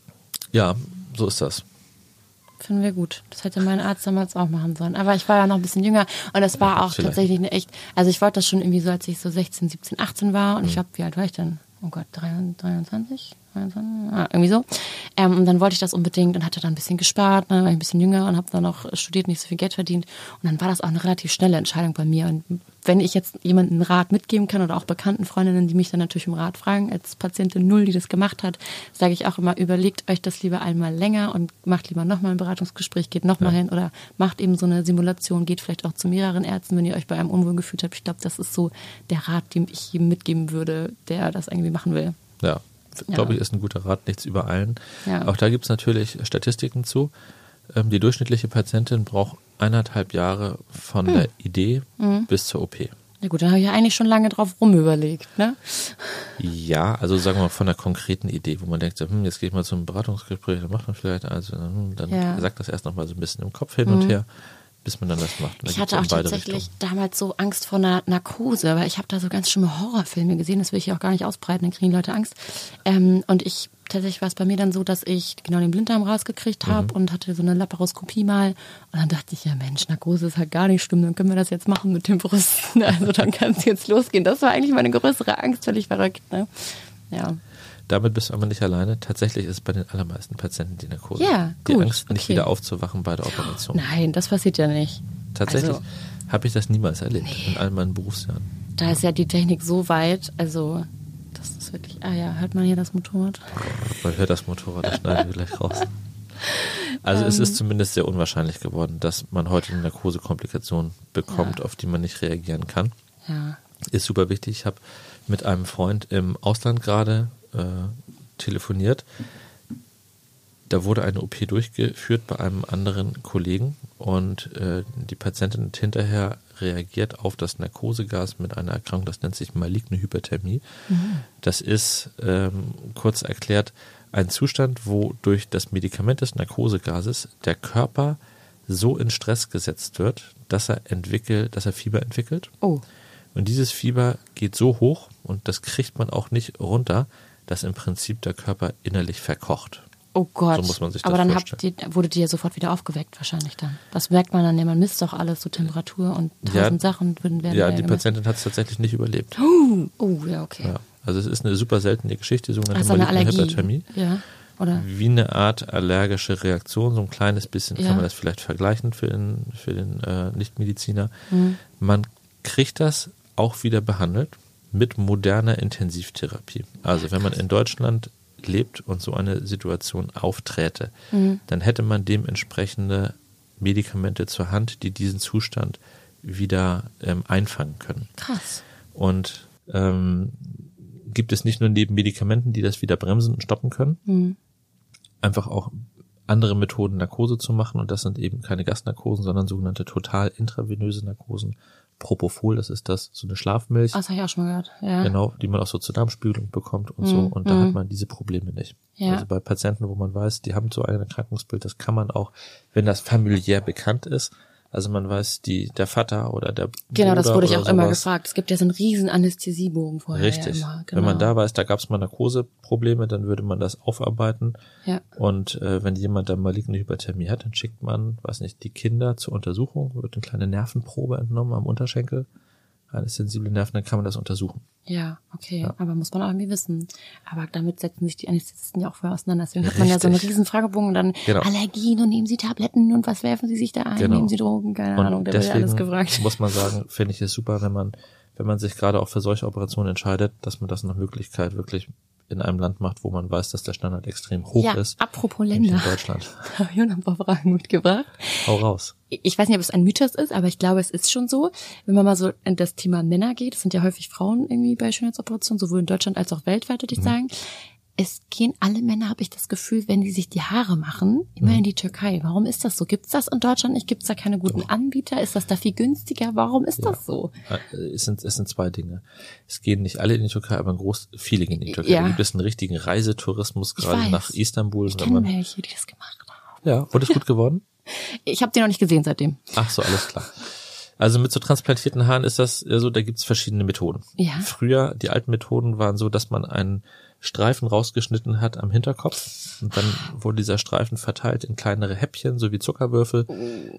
Ja, so ist das. Finden wir gut. Das hätte mein Arzt damals auch machen sollen. Aber ich war ja noch ein bisschen jünger und das war auch Vielleicht. tatsächlich eine echt, also ich wollte das schon irgendwie so, als ich so sechzehn, siebzehn, achtzehn war und Mhm. ich glaube, wie alt war ich denn? Oh Gott, dreiundzwanzig? dreiundzwanzig? Ah, irgendwie so. Ähm, und dann wollte ich das unbedingt und hatte dann ein bisschen gespart, ne, war ich ein bisschen jünger und habe dann noch studiert, nicht so viel Geld verdient. Und dann war das auch eine relativ schnelle Entscheidung bei mir. Und wenn ich jetzt jemandem einen Rat mitgeben kann oder auch bekannten Freundinnen, die mich dann natürlich um Rat fragen, als Patientin Null, die das gemacht hat, sage ich auch immer, überlegt euch das lieber einmal länger und macht lieber nochmal ein Beratungsgespräch, geht nochmal Ja. hin oder macht eben so eine Simulation, geht vielleicht auch zu mehreren Ärzten, wenn ihr euch bei einem unwohl gefühlt habt. Ich glaube, das ist so der Rat, den ich jedem mitgeben würde, der das irgendwie machen will. Ja, Ja. glaube ich, ist ein guter Rat, nichts übereilen. Ja. Auch da gibt es natürlich Statistiken zu. Ähm, die durchschnittliche Patientin braucht eineinhalb Jahre von der Idee bis zur O P. Ja gut, dann habe ich ja eigentlich schon lange drauf rumüberlegt, ne? Ja, also sagen wir mal von der konkreten Idee, wo man denkt, so, hm, jetzt gehe ich mal zum Beratungsgespräch, dann macht man vielleicht eins, hm, dann Ja. sagt das erst noch mal so ein bisschen im Kopf hin und her, bis man dann das macht. Und da Ich gibt's hatte auch in beide tatsächlich Richtungen. damals so Angst vor einer Narkose, weil ich habe da so ganz schlimme Horrorfilme gesehen, das will ich hier auch gar nicht ausbreiten, dann kriegen Leute Angst. Ähm, und ich, tatsächlich war es bei mir dann so, dass ich genau den Blinddarm rausgekriegt habe und hatte so eine Laparoskopie mal. Und dann dachte ich, ja Mensch, Narkose ist halt gar nicht schlimm, dann können wir das jetzt machen mit den Brüsten. Also dann kann es jetzt losgehen. Das war eigentlich meine größere Angst, völlig verrückt. Ne? Ja. Damit bist du aber nicht alleine. Tatsächlich ist es bei den allermeisten Patienten die Narkose. Ja, die gut, Angst, nicht okay. wieder aufzuwachen bei der Operation. Nein, das passiert ja nicht. Tatsächlich Also, habe ich das niemals erlebt in all meinen Berufsjahren. da ist ja die Technik so weit, also das ist wirklich, ah ja, hört man hier das Motorrad? Man hört das Motorrad, das schneiden wir gleich raus. Also es ist zumindest sehr unwahrscheinlich geworden, dass man heute eine Narkosekomplikation bekommt, Ja. auf die man nicht reagieren kann. Ja. Ist super wichtig. Ich habe mit einem Freund im Ausland gerade äh, telefoniert. Da wurde eine O P durchgeführt bei einem anderen Kollegen und äh, die Patientin hat hinterher reagiert auf das Narkosegas mit einer Erkrankung, das nennt sich maligne Hyperthermie. Mhm. Das ist, ähm, kurz erklärt, ein Zustand, wo durch das Medikament des Narkosegases der Körper so in Stress gesetzt wird, dass er entwickelt, dass er Fieber entwickelt. Oh. Und dieses Fieber geht so hoch und das kriegt man auch nicht runter, dass im Prinzip der Körper innerlich verkocht. Oh Gott. So muss man sich das Aber dann vorstellen. habt ihr, wurde die ja sofort wieder aufgeweckt wahrscheinlich dann. Das merkt man dann ja, man misst doch alles, so Temperatur und tausend Ja, Sachen würden werden. Ja, ja die gemessen. Patientin hat es tatsächlich nicht überlebt. Oh, oh ja, okay. Ja. Also es ist eine super seltene Geschichte, die sogenannte Also eine maligne Allergie. Hyperthermie. Ja, oder? Wie eine Art allergische Reaktion, so ein kleines bisschen Ja. kann man das vielleicht vergleichen für den, für den äh, Nichtmediziner. Mhm. Man kriegt das auch wieder behandelt mit moderner Intensivtherapie. Also wenn man in Deutschland lebt und so eine Situation aufträte, Mhm. dann hätte man dementsprechende Medikamente zur Hand, die diesen Zustand wieder ähm, einfangen können. Krass. Und ähm, gibt es nicht nur neben Medikamenten, die das wieder bremsen und stoppen können, Mhm. einfach auch andere Methoden, Narkose zu machen. Und das sind eben keine Gasnarkosen, sondern sogenannte total intravenöse Narkosen, Propofol, das ist das, so eine Schlafmilch. Das habe ich auch schon mal gehört, ja. Genau, die man auch so zur Darmspiegelung bekommt und mm, so. Und da mm. hat man diese Probleme nicht. Ja. Also bei Patienten, wo man weiß, die haben so ein Erkrankungsbild, das kann man auch, wenn das familiär bekannt ist, also man weiß, die der Vater oder der Genau, Bruder das wurde ich auch sowas, immer gefragt. Es gibt ja so einen riesen Anästhesiebogen vorher. Richtig. Ja immer, genau. Wenn man da weiß, da gab es mal Narkoseprobleme, dann würde man das aufarbeiten. Ja. Und äh, wenn jemand da maligne Hyperthermie hat, dann schickt man, weiß nicht, die Kinder zur Untersuchung, wird eine kleine Nervenprobe entnommen am Unterschenkel, eine sensible Nerven, dann kann man das untersuchen. Ja, okay, ja. aber muss man auch irgendwie wissen. Aber damit setzen sich die Anästhesisten ja auch vorher auseinander. Deswegen hat man ja so einen riesen Fragebogen und dann genau. Allergien und nehmen Sie Tabletten und was werfen Sie sich da ein, genau. nehmen Sie Drogen, keine und Ahnung, da wird ja alles gefragt. Muss man sagen, finde ich es super, wenn man, wenn man sich gerade auch für solche Operationen entscheidet, dass man das nach Möglichkeit wirklich in einem Land macht, wo man weiß, dass der Standard extrem hoch ja, ist. Apropos Länder. In Deutschland. Da habe ich noch ein paar Fragen mitgebracht. Hau raus. Ich weiß nicht, ob es ein Mythos ist, aber ich glaube, es ist schon so. Wenn man mal so in das Thema Männer geht, es sind ja häufig Frauen irgendwie bei Schönheitsoperationen, sowohl in Deutschland als auch weltweit, würde ich mhm. sagen. Es gehen alle Männer, habe ich das Gefühl, wenn die sich die Haare machen, immer mhm. in die Türkei. Warum ist das so? Gibt's das in Deutschland nicht? Gibt's da keine guten Doch. Anbieter? Ist das da viel günstiger? Warum ist ja. das so? Es sind, es sind zwei Dinge. Es gehen nicht alle in die Türkei, aber groß, viele gehen in die Türkei. Ja. Da gibt es einen richtigen Reisetourismus, gerade nach Istanbul. Ich kenne welche, die das gemacht haben. Ja, und ist gut geworden? Ich habe die noch nicht gesehen seitdem. Ach so, alles klar. Also mit so transplantierten Haaren ist das so, da gibt's verschiedene Methoden. Ja. Früher, die alten Methoden waren so, dass man einen Streifen rausgeschnitten hat am Hinterkopf und dann wurde dieser Streifen verteilt in kleinere Häppchen, so wie Zuckerwürfel,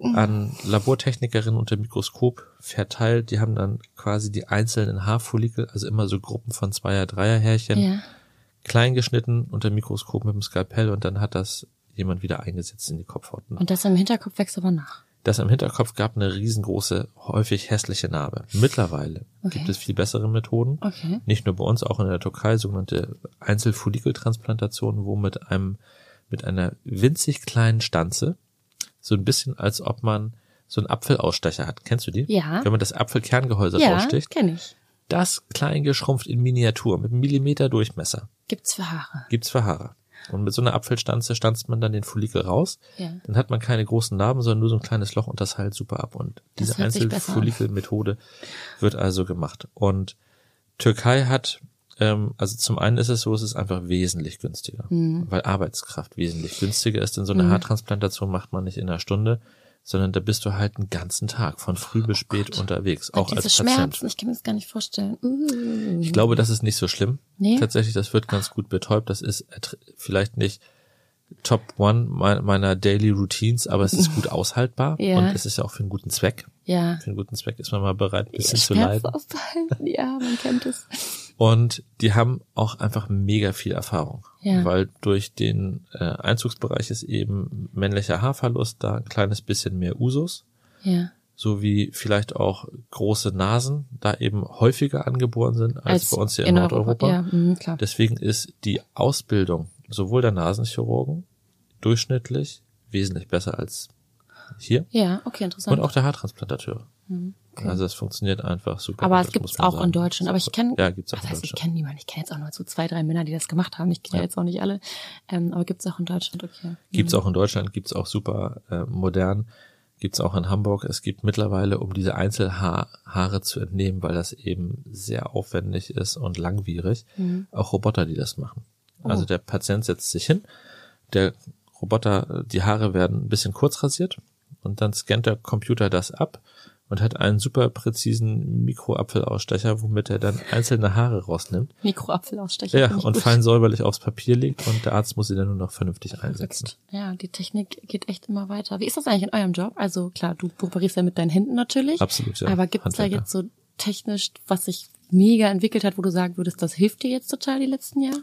an Labortechnikerinnen unter Mikroskop verteilt. Die haben dann quasi die einzelnen Haarfollikel, also immer so Gruppen von Zweier-, Dreier-Härchen, ja. klein geschnitten unter Mikroskop mit dem Skalpell und dann hat das jemand wieder eingesetzt in die Kopfhaut. Und das im Hinterkopf wächst aber nach? Das im Hinterkopf gab eine riesengroße, häufig hässliche Narbe. Mittlerweile okay. gibt es viel bessere Methoden. Okay. Nicht nur bei uns, auch in der Türkei, sogenannte Einzelfollikeltransplantationen, wo mit einem, mit einer winzig kleinen Stanze, so ein bisschen als ob man so einen Apfelausstecher hat. Kennst du die? Ja. Wenn man das Apfelkerngehäuse ja, raussticht. Ja, kenn ich. Das klein geschrumpft in Miniatur, mit einem Millimeter Durchmesser. Gibt's für Haare. Gibt's für Haare. Und mit so einer Apfelstanze stanzt man dann den Follikel raus. Ja. Dann hat man keine großen Narben, sondern nur so ein kleines Loch und das heilt super ab. Und diese Einzelfollikelmethode wird also gemacht. Und Türkei hat, ähm, also zum einen ist es so, es ist einfach wesentlich günstiger, mhm. weil Arbeitskraft wesentlich günstiger ist. Denn so eine mhm. Haartransplantation macht man nicht in einer Stunde, sondern da bist du halt einen ganzen Tag von früh bis spät oh unterwegs, auch als Patient. Schmerzen, ich kann mir das gar nicht vorstellen. Uh. Ich glaube, das ist nicht so schlimm. Nee? Tatsächlich, das wird ganz gut betäubt. Das ist vielleicht nicht Top One meiner Daily Routines, aber es ist gut aushaltbar ja. und es ist ja auch für einen guten Zweck. Ja. Für einen guten Zweck ist man mal bereit, ein bisschen ja, zu leiden. Auszuhalten. Ja, man kennt es. Und die haben auch einfach mega viel Erfahrung, ja. weil durch den äh, Einzugsbereich ist eben männlicher Haarverlust, da ein kleines bisschen mehr Usus, ja. sowie vielleicht auch große Nasen, da eben häufiger angeboren sind als, als bei uns hier in, in Nordeuropa. Europa. Ja, mh, klar. Deswegen ist die Ausbildung sowohl der Nasenchirurgen durchschnittlich wesentlich besser als hier. Ja, okay, interessant. Und auch der Haartransplantateure. Okay. Also es funktioniert einfach super. Aber es gibt's auch sagen. in Deutschland. Aber ich kenne, ja, gibt's auch das in heißt, Deutschland. Ich kenne niemanden. Ich kenne jetzt auch nur so zwei, drei Männer, die das gemacht haben. Ich kenne ja. ja jetzt auch nicht alle. Ähm, aber gibt's auch in Deutschland, okay. Gibt's mhm. auch in Deutschland, gibt's auch super äh, modern. Gibt's auch in Hamburg. Es gibt mittlerweile, um diese Einzelhaare zu entnehmen, weil das eben sehr aufwendig ist und langwierig, mhm. auch Roboter, die das machen. Oh. Also der Patient setzt sich hin, der Roboter, die Haare werden ein bisschen kurz rasiert und dann scannt der Computer das ab und hat einen super präzisen Mikroapfelausstecher, womit er dann einzelne Haare rausnimmt. Mikroapfelausstecher. Ja, und gut. fein säuberlich aufs Papier legt und der Arzt muss sie dann nur noch vernünftig einsetzen. Ja, die Technik geht echt immer weiter. Wie ist das eigentlich in eurem Job? Also klar, du operierst ja mit deinen Händen natürlich. Absolut, ja. Aber gibt es da jetzt so technisch, was sich mega entwickelt hat, wo du sagen würdest, das hilft dir jetzt total die letzten Jahre?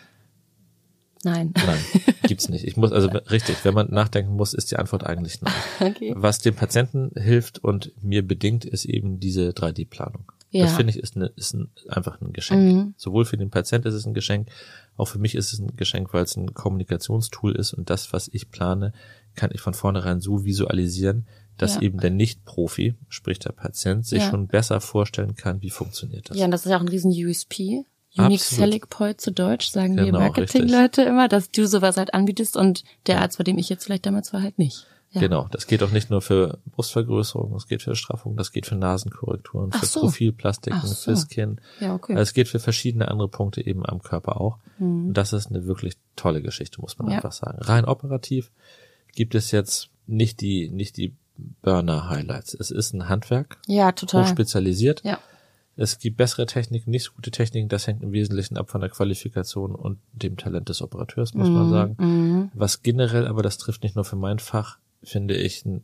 Nein. Nein, gibt's nicht. Ich muss, also richtig, wenn man nachdenken muss, ist die Antwort eigentlich nein. Okay. Was dem Patienten hilft und mir bedingt, ist eben diese drei D Planung. Ja. Das finde ich ist, eine, ist ein, einfach ein Geschenk. Mhm. Sowohl für den Patienten ist es ein Geschenk, auch für mich ist es ein Geschenk, weil es ein Kommunikationstool ist und das, was ich plane, kann ich von vornherein so visualisieren, dass ja. eben der Nicht-Profi, sprich der Patient, sich ja. schon besser vorstellen kann, wie funktioniert das. Ja, und das ist ja auch ein riesen U S P. Unique Selling Point zu Deutsch, sagen genau, die Marketing-Leute immer, dass du sowas halt anbietest und der Arzt, bei dem ich jetzt vielleicht damals war, halt nicht. Ja. Genau, das geht auch nicht nur für Brustvergrößerung, das geht für Straffung, das geht für Nasenkorrekturen, Ach für so. Profilplastiken, Ach so. fürs Kinn. Ja, okay. Also es geht für verschiedene andere Punkte eben am Körper auch. Mhm. Und das ist eine wirklich tolle Geschichte, muss man Ja. einfach sagen. Rein operativ gibt es jetzt nicht die, nicht die Burner-Highlights. Es ist ein Handwerk, Ja, total. hochspezialisiert. Ja. Es gibt bessere Techniken, nicht so gute Techniken. Das hängt im Wesentlichen ab von der Qualifikation und dem Talent des Operateurs, muss man sagen. Mhm. Was generell, aber das trifft nicht nur für mein Fach, finde ich, ein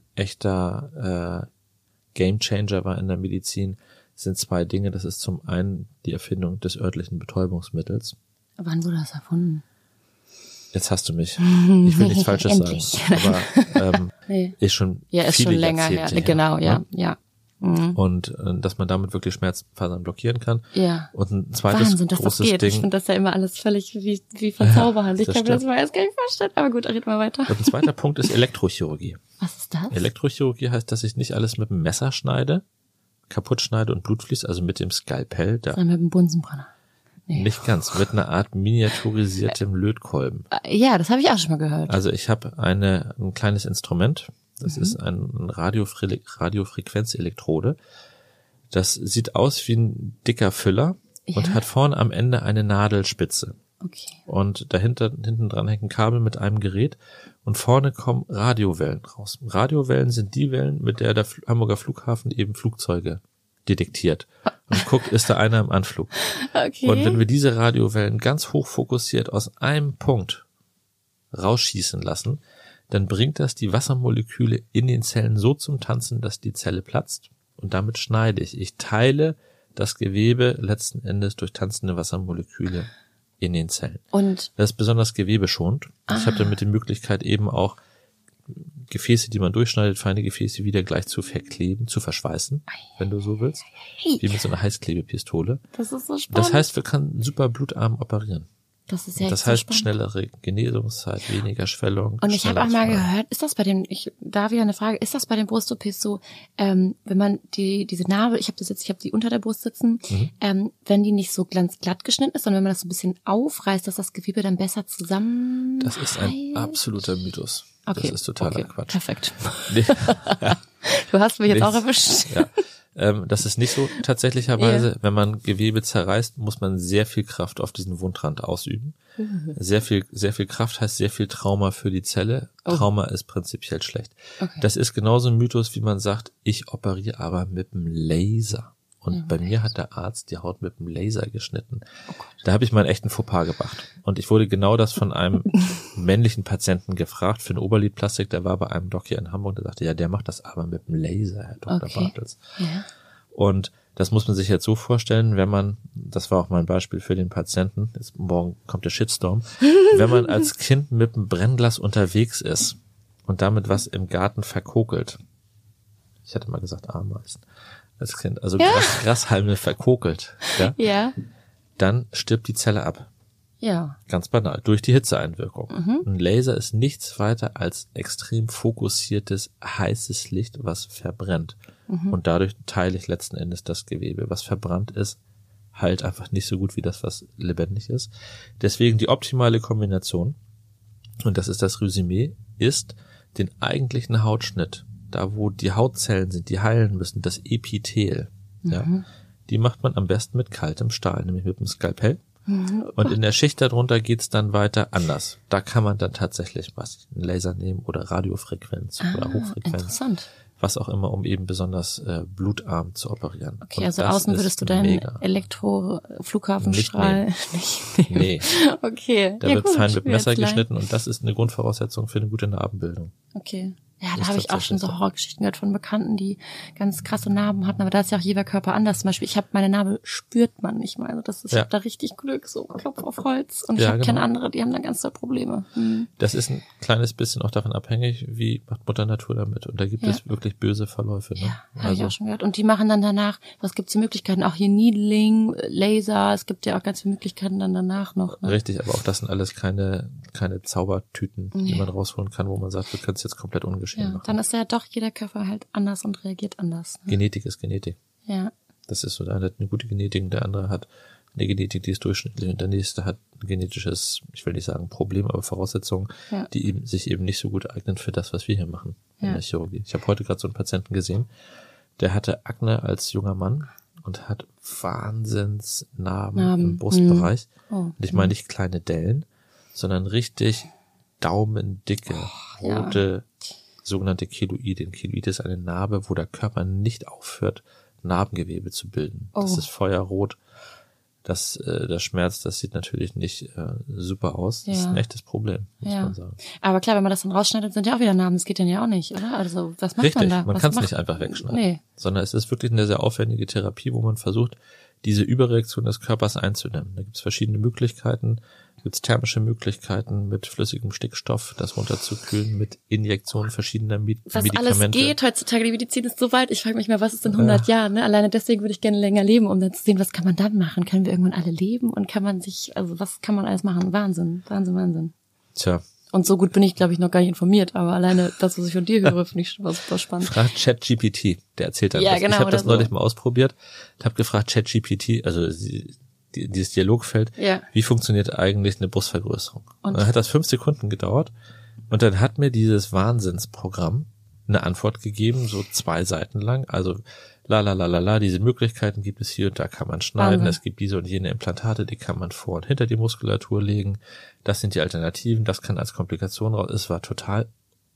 echter äh, Gamechanger war in der Medizin, sind zwei Dinge. Das ist zum einen die Erfindung des örtlichen Betäubungsmittels. Wann wurde das erfunden? Jetzt hast du mich. Ich will nichts Falsches sagen. Endlich. Aber ähm, Nee. ist schon Ja, ist viele schon länger Jahrzehnte her. Genau, ja, ne? ja. Mhm. Und äh, dass man damit wirklich Schmerzfasern blockieren kann. Ja. Und ein zweites Wahnsinn, dass das großes geht. Ding. Ich finde das ja immer alles völlig wie, wie von Zauberhand. Ich das kann mir das stimmt. mal erst gar nicht vorstellen. Aber gut, red mal weiter. Und ein zweiter Punkt ist Elektrochirurgie. Was ist das? Elektrochirurgie heißt, dass ich nicht alles mit dem Messer schneide, kaputt schneide und Blut fließt, also mit dem Skalpell, da Dann mit dem Bunsenbrenner. Nee. nicht ganz, mit einer Art miniaturisiertem Lötkolben. Ja, das habe ich auch schon mal gehört. Also ich habe eine ein kleines Instrument, das Mhm. ist ein Radiofre Radiofrequenzelektrode. Das sieht aus wie ein dicker Füller und Ja. hat vorne am Ende eine Nadelspitze. Okay. Und dahinter, hinten dran hängt ein Kabel mit einem Gerät und vorne kommen Radiowellen raus. Radiowellen sind die Wellen, mit der der Fl- Hamburger Flughafen eben Flugzeuge detektiert. Und guckt, ist da einer im Anflug. Okay. Und wenn wir diese Radiowellen ganz hoch fokussiert aus einem Punkt rausschießen lassen, dann bringt das die Wassermoleküle in den Zellen so zum Tanzen, dass die Zelle platzt. Und damit schneide ich. Ich teile das Gewebe letzten Endes durch tanzende Wassermoleküle in den Zellen. Und Das ist besonders gewebeschonend. Ich habe damit die Möglichkeit eben auch Gefäße, die man durchschneidet, feine Gefäße wieder gleich zu verkleben, zu verschweißen, wenn du so willst. Wie mit so einer Heißklebepistole. das ist so spannend. Das heißt, wir können super blutarm operieren. das ist ja Das echt so heißt, spannend. schnellere Genesungszeit, weniger Schwellung. Und ich habe schneller auch mal Strahlen. gehört, ist das bei den, ich, da wieder eine Frage, ist das bei den Brust-O Ps so, ähm, wenn man die diese Narbe, ich habe das jetzt, ich habe die unter der Brust sitzen, Mhm. ähm, wenn die nicht so ganz glatt geschnitten ist, sondern wenn man das so ein bisschen aufreißt, dass das Gewebe dann besser zusammen. Das ist ein heilt? absoluter Mythos. Okay, Das ist totaler okay, Quatsch. Perfekt. Nee, Du hast mich jetzt auch Nichts. erwischt. ja. ähm, das ist nicht so tatsächlicherweise. Wenn man Gewebe zerreißt, muss man sehr viel Kraft auf diesen Wundrand ausüben. Mhm. Sehr viel, sehr viel Kraft heißt sehr viel Trauma für die Zelle. Oh. Trauma ist prinzipiell schlecht. Okay. Das ist genauso ein Mythos, wie man sagt, ich operiere aber mit dem Laser. Und bei mir hat der Arzt die Haut mit dem Laser geschnitten. Da habe ich mal einen echten Fauxpas gemacht. Und ich wurde genau das von einem männlichen Patienten gefragt für eine Oberlidplastik. Der war bei einem Doc hier in Hamburg. Der sagte, ja, der macht das aber mit dem Laser, Herr Doktor Okay. Bartels. Ja. Und das muss man sich jetzt so vorstellen, wenn man, das war auch mein Beispiel für den Patienten, jetzt morgen kommt der Shitstorm, wenn man als Kind mit einem Brennglas unterwegs ist und damit was im Garten verkokelt. Ich hatte mal gesagt Ameisen als Kind, also Ja. Gras, Grashalme verkokelt, ja, Ja. dann stirbt die Zelle ab. Ja. Ganz banal, durch die Hitzeeinwirkung. Mhm. Ein Laser ist nichts weiter als extrem fokussiertes, heißes Licht, was verbrennt. Mhm. Und dadurch teile ich letzten Endes das Gewebe. Was verbrannt ist, heilt einfach nicht so gut wie das, was lebendig ist. Deswegen die optimale Kombination, und das ist das Resümee, ist den eigentlichen Hautschnitt, da wo die Hautzellen sind, die heilen müssen, das Epithel, ja, die macht man am besten mit kaltem Stahl, nämlich mit dem Skalpell. Und in der Schicht darunter geht's dann weiter anders. Da kann man dann tatsächlich was, einen Laser nehmen oder Radiofrequenz oder Ah, Hochfrequenz, interessant. was auch immer, um eben besonders äh, blutarm zu operieren. Okay, Und also das außen ist würdest du deinen mega. Elektro-Flughafenstrahl nicht nehmen. Nee, Okay. da ja, wird gut, fein mit Messer jetzt geschnitten und das ist eine Grundvoraussetzung für eine gute Narbenbildung. Okay. Ja, da Ist habe ich auch schon tatsächlich so so. Horrorgeschichten gehört von Bekannten, die ganz krasse Narben hatten, aber da ist ja auch jeder Körper anders. Zum Beispiel, ich habe meine Narbe spürt man nicht mal. Also das ist, Ja. ich habe da richtig Glück, so Klopf auf Holz. Und ich Ja, habe genau. keine andere, die haben da ganz doll Probleme. Hm. Das ist ein kleines bisschen auch davon abhängig, wie macht Mutter Natur damit. Und da gibt Ja. es wirklich böse Verläufe. Ne? Ja, habe also ich auch schon gehört. Und die machen dann danach, was gibt's für Möglichkeiten? Auch hier Needling, Laser, es gibt ja auch ganz viele Möglichkeiten dann danach noch. Ne? richtig, aber auch das sind alles keine keine Zaubertüten, die Nee. man rausholen kann, wo man sagt, wir können es jetzt komplett ungeschehen Ja, machen. dann ist ja doch jeder Körper halt anders und reagiert anders. Ne? Genetik ist Genetik. Ja. Das ist so, der eine hat eine gute Genetik, der andere hat eine Genetik, die ist durchschnittlich und der nächste hat ein genetisches, ich will nicht sagen Problem, aber Voraussetzungen, Ja. die eben sich eben nicht so gut eignen für das, was wir hier machen. in ja. der Chirurgie. Ich habe heute gerade so einen Patienten gesehen, der hatte Akne als junger Mann und hat Wahnsinnsnarben Narben. im Brustbereich. Mhm. Oh. Und ich meine nicht kleine Dellen, sondern richtig daumendicke, oh, rote, ja. sogenannte Keloidin. Keloid ist eine Narbe, wo der Körper nicht aufhört, Narbengewebe zu bilden. Oh. Das ist feuerrot. Das, äh, der Schmerz, das sieht natürlich nicht äh, super aus. Das ja. ist ein echtes Problem, muss ja. man sagen. Aber klar, wenn man das dann rausschneidet, sind ja auch wieder Narben. Das geht dann ja auch nicht, oder? Also was macht Richtig, man da? man Was kann es macht... nicht einfach wegschneiden. Nee. Sondern es ist wirklich eine sehr aufwendige Therapie, wo man versucht, diese Überreaktion des Körpers einzudämmen. Da gibt es verschiedene Möglichkeiten. Da gibt es thermische Möglichkeiten mit flüssigem Stickstoff, das runterzukühlen, mit Injektionen verschiedener Med- was Medikamente. Was alles geht heutzutage, die Medizin ist so weit. Ich frage mich mal, was ist in hundert ja. Jahren? Ne? Alleine deswegen würde ich gerne länger leben, um dann zu sehen, was kann man dann machen? Können wir irgendwann alle leben? Und kann man sich, also was kann man alles machen? Wahnsinn, Wahnsinn, Wahnsinn. Tja. Und so gut bin ich, glaube ich, noch gar nicht informiert, aber alleine das, was ich von dir höre, finde ich schon mal super spannend. Fragt ChatGPT, der erzählt dann ja, das. Genau, ich habe das so. neulich mal ausprobiert, habe gefragt, ChatGPT, also die, die, dieses Dialogfeld, ja. wie funktioniert eigentlich eine Brustvergrößerung? Und, und dann hat das fünf Sekunden gedauert und dann hat mir dieses Wahnsinnsprogramm eine Antwort gegeben, so zwei Seiten lang, also la la la la la, diese Möglichkeiten gibt es hier und da kann man schneiden, okay. es gibt diese und jene Implantate, die kann man vor und hinter die Muskulatur legen, das sind die Alternativen, das kann als Komplikation raus, es war total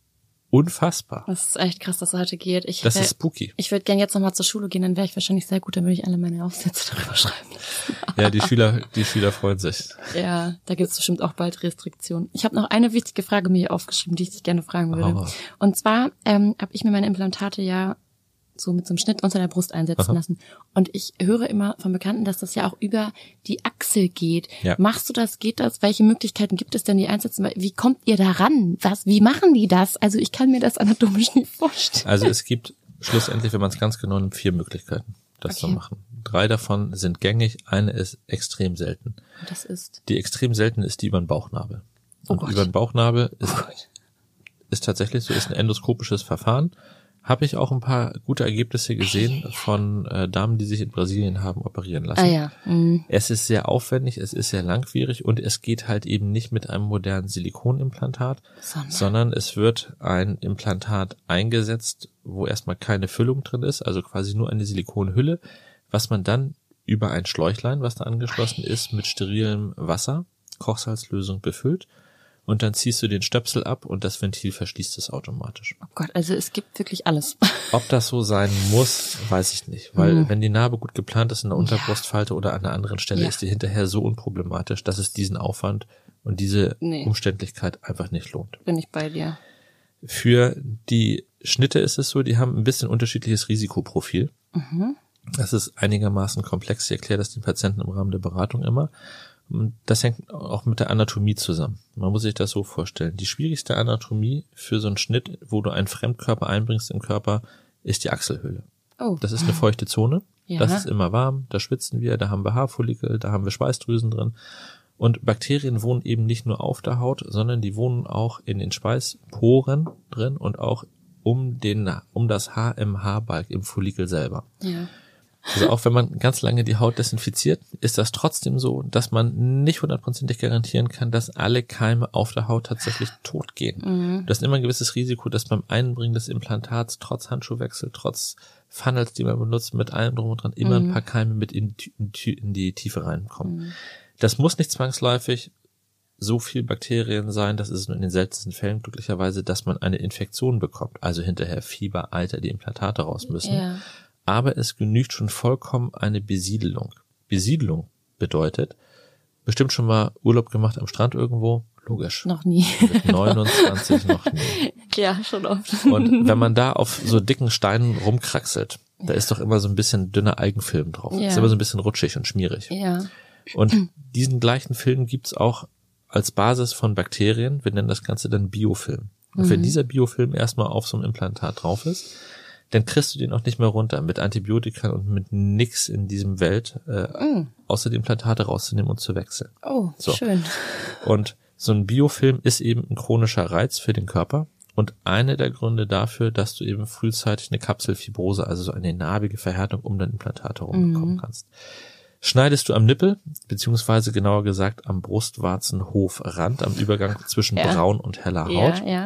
unfassbar. Das ist echt krass, dass es heute geht. Ich, das wär, ist spooky. Ich würde gerne jetzt nochmal zur Schule gehen, dann wäre ich wahrscheinlich sehr gut, dann würde ich alle meine Aufsätze darüber schreiben. Ja, die Schüler, die Schüler freuen sich. Ja, da gibt es bestimmt auch bald Restriktionen. Ich habe noch eine wichtige Frage mir hier aufgeschrieben, die ich dich gerne fragen würde. Oh. Und zwar ähm, habe ich mir meine Implantate ja so mit so einem Schnitt unter der Brust einsetzen Aha. lassen. Und ich höre immer von Bekannten, dass das ja auch über die Achsel geht. Ja. Machst du das? Geht das? Welche Möglichkeiten gibt es denn, die einsetzen? Wie kommt ihr da ran? Was? Wie machen die das? Also ich kann mir das anatomisch nicht vorstellen. Also es gibt schlussendlich, wenn man es ganz genau nimmt, vier Möglichkeiten, das Okay. zu machen. Drei davon sind gängig, eine ist extrem selten. Und das ist... Die extrem selten ist die über den Bauchnabel. Oh Und Gott. über den Bauchnabel ist, Oh Gott. ist tatsächlich so, ist ein endoskopisches Verfahren. Habe ich auch ein paar gute Ergebnisse gesehen von äh, Damen, die sich in Brasilien haben operieren lassen. Ah ja. Mhm. Es ist sehr aufwendig, es ist sehr langwierig und es geht halt eben nicht mit einem modernen Silikonimplantat, Sondern? sondern es wird ein Implantat eingesetzt, wo erstmal keine Füllung drin ist, also quasi nur eine Silikonhülle, was man dann über ein Schläuchlein, was da angeschlossen ist, mit sterilem Wasser, Kochsalzlösung befüllt. Und dann ziehst du den Stöpsel ab und das Ventil verschließt es automatisch. Oh Gott, also es gibt wirklich alles. Ob das so sein muss, weiß ich nicht. Weil Mhm. wenn die Narbe gut geplant ist in der Unterbrustfalte oder an einer anderen Stelle, Ja. ist die hinterher so unproblematisch, dass es diesen Aufwand und diese Nee. Umständlichkeit einfach nicht lohnt. Bin ich bei dir. Für die Schnitte ist es so, die haben ein bisschen unterschiedliches Risikoprofil. Mhm. Das ist einigermaßen komplex. Ich erkläre das den Patienten im Rahmen der Beratung immer. Und das hängt auch mit der Anatomie zusammen. Man muss sich das so vorstellen. Die schwierigste Anatomie für so einen Schnitt, wo du einen Fremdkörper einbringst im Körper, ist die Achselhöhle. Oh. Das ist eine feuchte Zone. Ja. Das ist immer warm. Da schwitzen wir, da haben wir Haarfollikel, da haben wir Schweißdrüsen drin. Und Bakterien wohnen eben nicht nur auf der Haut, sondern die wohnen auch in den Schweißporen drin und auch um den, um das Haar im Haarbalg, im Follikel selber. Ja. Also auch wenn man ganz lange die Haut desinfiziert, ist das trotzdem so, dass man nicht hundertprozentig garantieren kann, dass alle Keime auf der Haut tatsächlich tot gehen. Mhm. Das ist immer ein gewisses Risiko, dass beim Einbringen des Implantats, trotz Handschuhwechsel, trotz Funnels, die man benutzt, mit allem drum und dran, immer Mhm. ein paar Keime mit in die, in die Tiefe reinkommen. Mhm. Das muss nicht zwangsläufig so viel Bakterien sein, das ist nur in den seltensten Fällen glücklicherweise, dass man eine Infektion bekommt, also hinterher Fieber, Alter, die Implantate raus müssen. Ja. Aber es genügt schon vollkommen eine Besiedelung. Besiedelung bedeutet, bestimmt schon mal Urlaub gemacht am Strand irgendwo? Logisch. Noch nie. Mit neunundzwanzig noch nie. Ja, schon oft. Und wenn man da auf so dicken Steinen rumkraxelt, da ist doch immer so ein bisschen dünner Algenfilm drauf. Ja. Ist immer so ein bisschen rutschig und schmierig. Ja. Und diesen gleichen Film gibt's auch als Basis von Bakterien. Wir nennen das Ganze dann Biofilm. Und wenn Mhm. dieser Biofilm erstmal auf so einem Implantat drauf ist, dann kriegst du den auch nicht mehr runter mit Antibiotika und mit nix in diesem Welt, äh, Mhm. außer die Implantate rauszunehmen und zu wechseln. Oh, So. schön. Und so ein Biofilm ist eben ein chronischer Reiz für den Körper und einer der Gründe dafür, dass du eben frühzeitig eine Kapselfibrose, also so eine narbige Verhärtung um dein Implantat herum bekommen Mhm. kannst. Schneidest du am Nippel, beziehungsweise genauer gesagt am Brustwarzenhofrand, am Übergang zwischen Ja. braun und heller Haut, Ja, ja.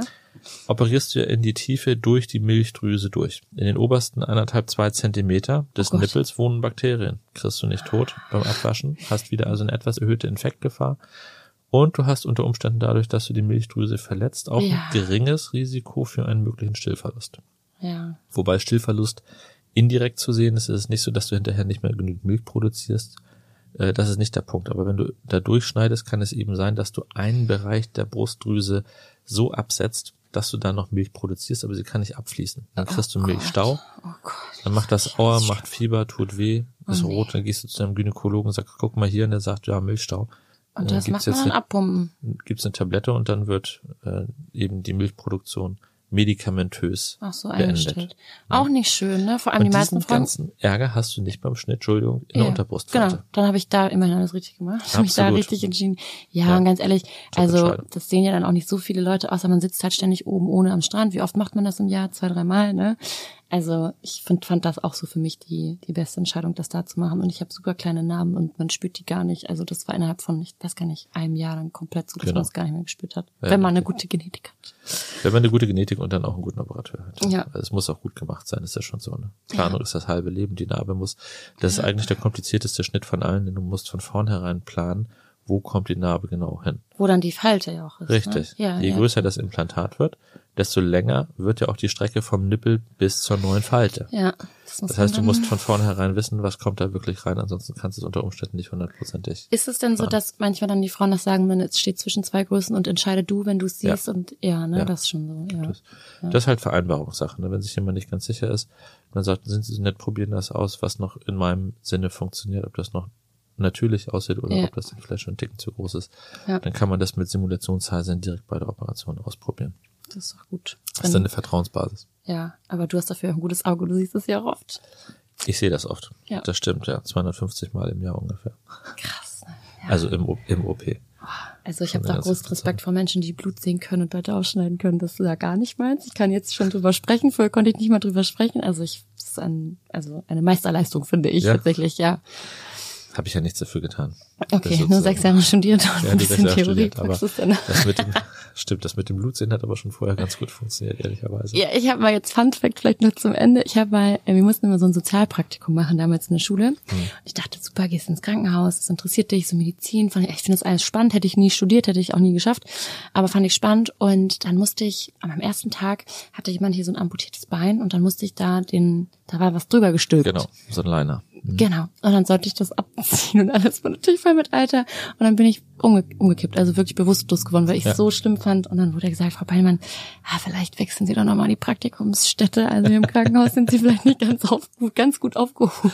operierst du in die Tiefe durch die Milchdrüse durch. In den obersten anderthalb, zwei Zentimeter des Oh Gott. Nippels wohnen Bakterien. Kriegst du nicht tot beim Abwaschen, hast wieder also eine etwas erhöhte Infektgefahr. Und du hast unter Umständen dadurch, dass du die Milchdrüse verletzt, auch Ja. ein geringes Risiko für einen möglichen Stillverlust. Ja. Wobei Stillverlust indirekt zu sehen ist, ist es nicht so, dass du hinterher nicht mehr genügend Milch produzierst. Äh, Das ist nicht der Punkt. Aber wenn du da durchschneidest, kann es eben sein, dass du einen Bereich der Brustdrüse so absetzt, dass du da noch Milch produzierst, aber sie kann nicht abfließen. Dann kriegst du Milchstau. Oh Gott. Dann macht das Aua, macht Fieber, tut weh, ist Oh nee. rot. Dann gehst du zu deinem Gynäkologen und sagst, guck mal hier. Und der sagt, ja, Milchstau. Und Äh, das gibt's macht man jetzt dann eine- abpumpen. Gibt's eine Tablette und dann wird äh, eben die Milchproduktion medikamentös Ach so, beendet. eingestellt. Auch nicht schön, ne? Vor allem Und die meisten diesen Frauen. ganzen Ärger hast du nicht beim Schnitt, Entschuldigung, in der Unterbrustfalte. Genau, dann habe ich da immerhin alles richtig gemacht. Habe ich da Absolut. richtig entschieden. Ja, Ja. und ganz ehrlich, also Entscheidung. das sehen ja dann auch nicht so viele Leute, außer man sitzt halt ständig oben ohne am Strand. Wie oft macht man das im Jahr? Zwei, dreimal, ne? Also ich find, fand das auch so für mich die die beste Entscheidung, das da zu machen. Und ich habe super kleine Narben und man spürt die gar nicht. Also das war innerhalb von, ich weiß gar nicht, einem Jahr dann komplett so, dass Genau. man es gar nicht mehr gespürt hat. Ja, wenn man eine okay. gute Genetik hat. Wenn man eine gute Genetik und dann auch einen guten Operateur hat. Ja. Also es muss auch gut gemacht sein, ist ja schon so. Ne? Planung ist das halbe Leben, die Narbe muss. Das ist eigentlich der komplizierteste Schnitt von allen, denn du musst von vornherein planen, wo kommt die Narbe genau hin. Wo dann die Falte ja auch ist. Richtig. Ne? Ja, Je ja. größer das Implantat wird, desto länger wird ja auch die Strecke vom Nippel bis zur neuen Falte. Ja. Das, muss Das heißt, du man dann- musst von vornherein wissen, was kommt da wirklich rein, ansonsten kannst du es unter Umständen nicht hundertprozentig. Ist es denn so, dass manchmal dann die Frauen das sagen, wenn es steht zwischen zwei Größen und entscheide du, wenn du es Ja. siehst und ja, ne, Ja. das ist schon so, ja. Das, das ist halt Vereinbarungssache. Ne? Wenn sich jemand nicht ganz sicher ist, dann sagt, sind Sie so nett, probieren das aus, was noch in meinem Sinne funktioniert, ob das noch natürlich aussieht oder Ja. ob das dann vielleicht schon ein Ticken zu groß ist. Ja. Dann kann man das mit Simulationshalsern direkt bei der Operation ausprobieren. Das ist auch gut. Das ist dann eine Vertrauensbasis. Ja, aber du hast dafür ein gutes Auge, du siehst es ja auch oft. Ich sehe das oft. Ja. Das stimmt, ja. zweihundertfünfzig Mal im Jahr ungefähr. Krass. Ne? Ja. Also im, O- im O P. Also ich Schon habe eine da ganze großen Zeit. Respekt vor Menschen, die Blut sehen können und Leute ausschneiden können. Das ist ja gar nicht meins. Ich kann jetzt schon drüber sprechen. Vorher konnte ich nicht mal drüber sprechen. Also ich, das ist ein, also eine Meisterleistung, finde ich Ja. tatsächlich, ja. Habe ich ja nichts dafür getan. Okay, Das nur sozusagen- sechs Jahre studiert und Ja, ein die sechs bisschen Jahre Theorie. studiert, aber Praxis dann. das mit dem, stimmt, das mit dem Blutsehen hat aber schon vorher ganz gut funktioniert, ehrlicherweise. Ja, ich habe mal jetzt Fun Fact vielleicht noch zum Ende. Ich habe mal, äh, wir mussten immer so ein Sozialpraktikum machen damals in der Schule. Und ich dachte, super, gehst ins Krankenhaus, das interessiert dich, so Medizin. Fand ich, ich finde das alles spannend, hätte ich nie studiert, hätte ich auch nie geschafft. Aber fand ich spannend. Und dann musste ich, an meinem ersten Tag hatte jemand hier so ein amputiertes Bein und dann musste ich da den, da war was drüber gestülpt. Genau, so ein Liner. Genau. Und dann sollte ich das abziehen und alles war natürlich voll mit Alter. Und dann bin ich umge umgekippt, also wirklich bewusstlos geworden, weil ich es Ja. so schlimm fand. Und dann wurde gesagt, Frau Beilmann, ah, vielleicht wechseln Sie doch nochmal die Praktikumsstätte. Also hier im Krankenhaus sind Sie vielleicht nicht ganz, auf, ganz gut aufgehoben.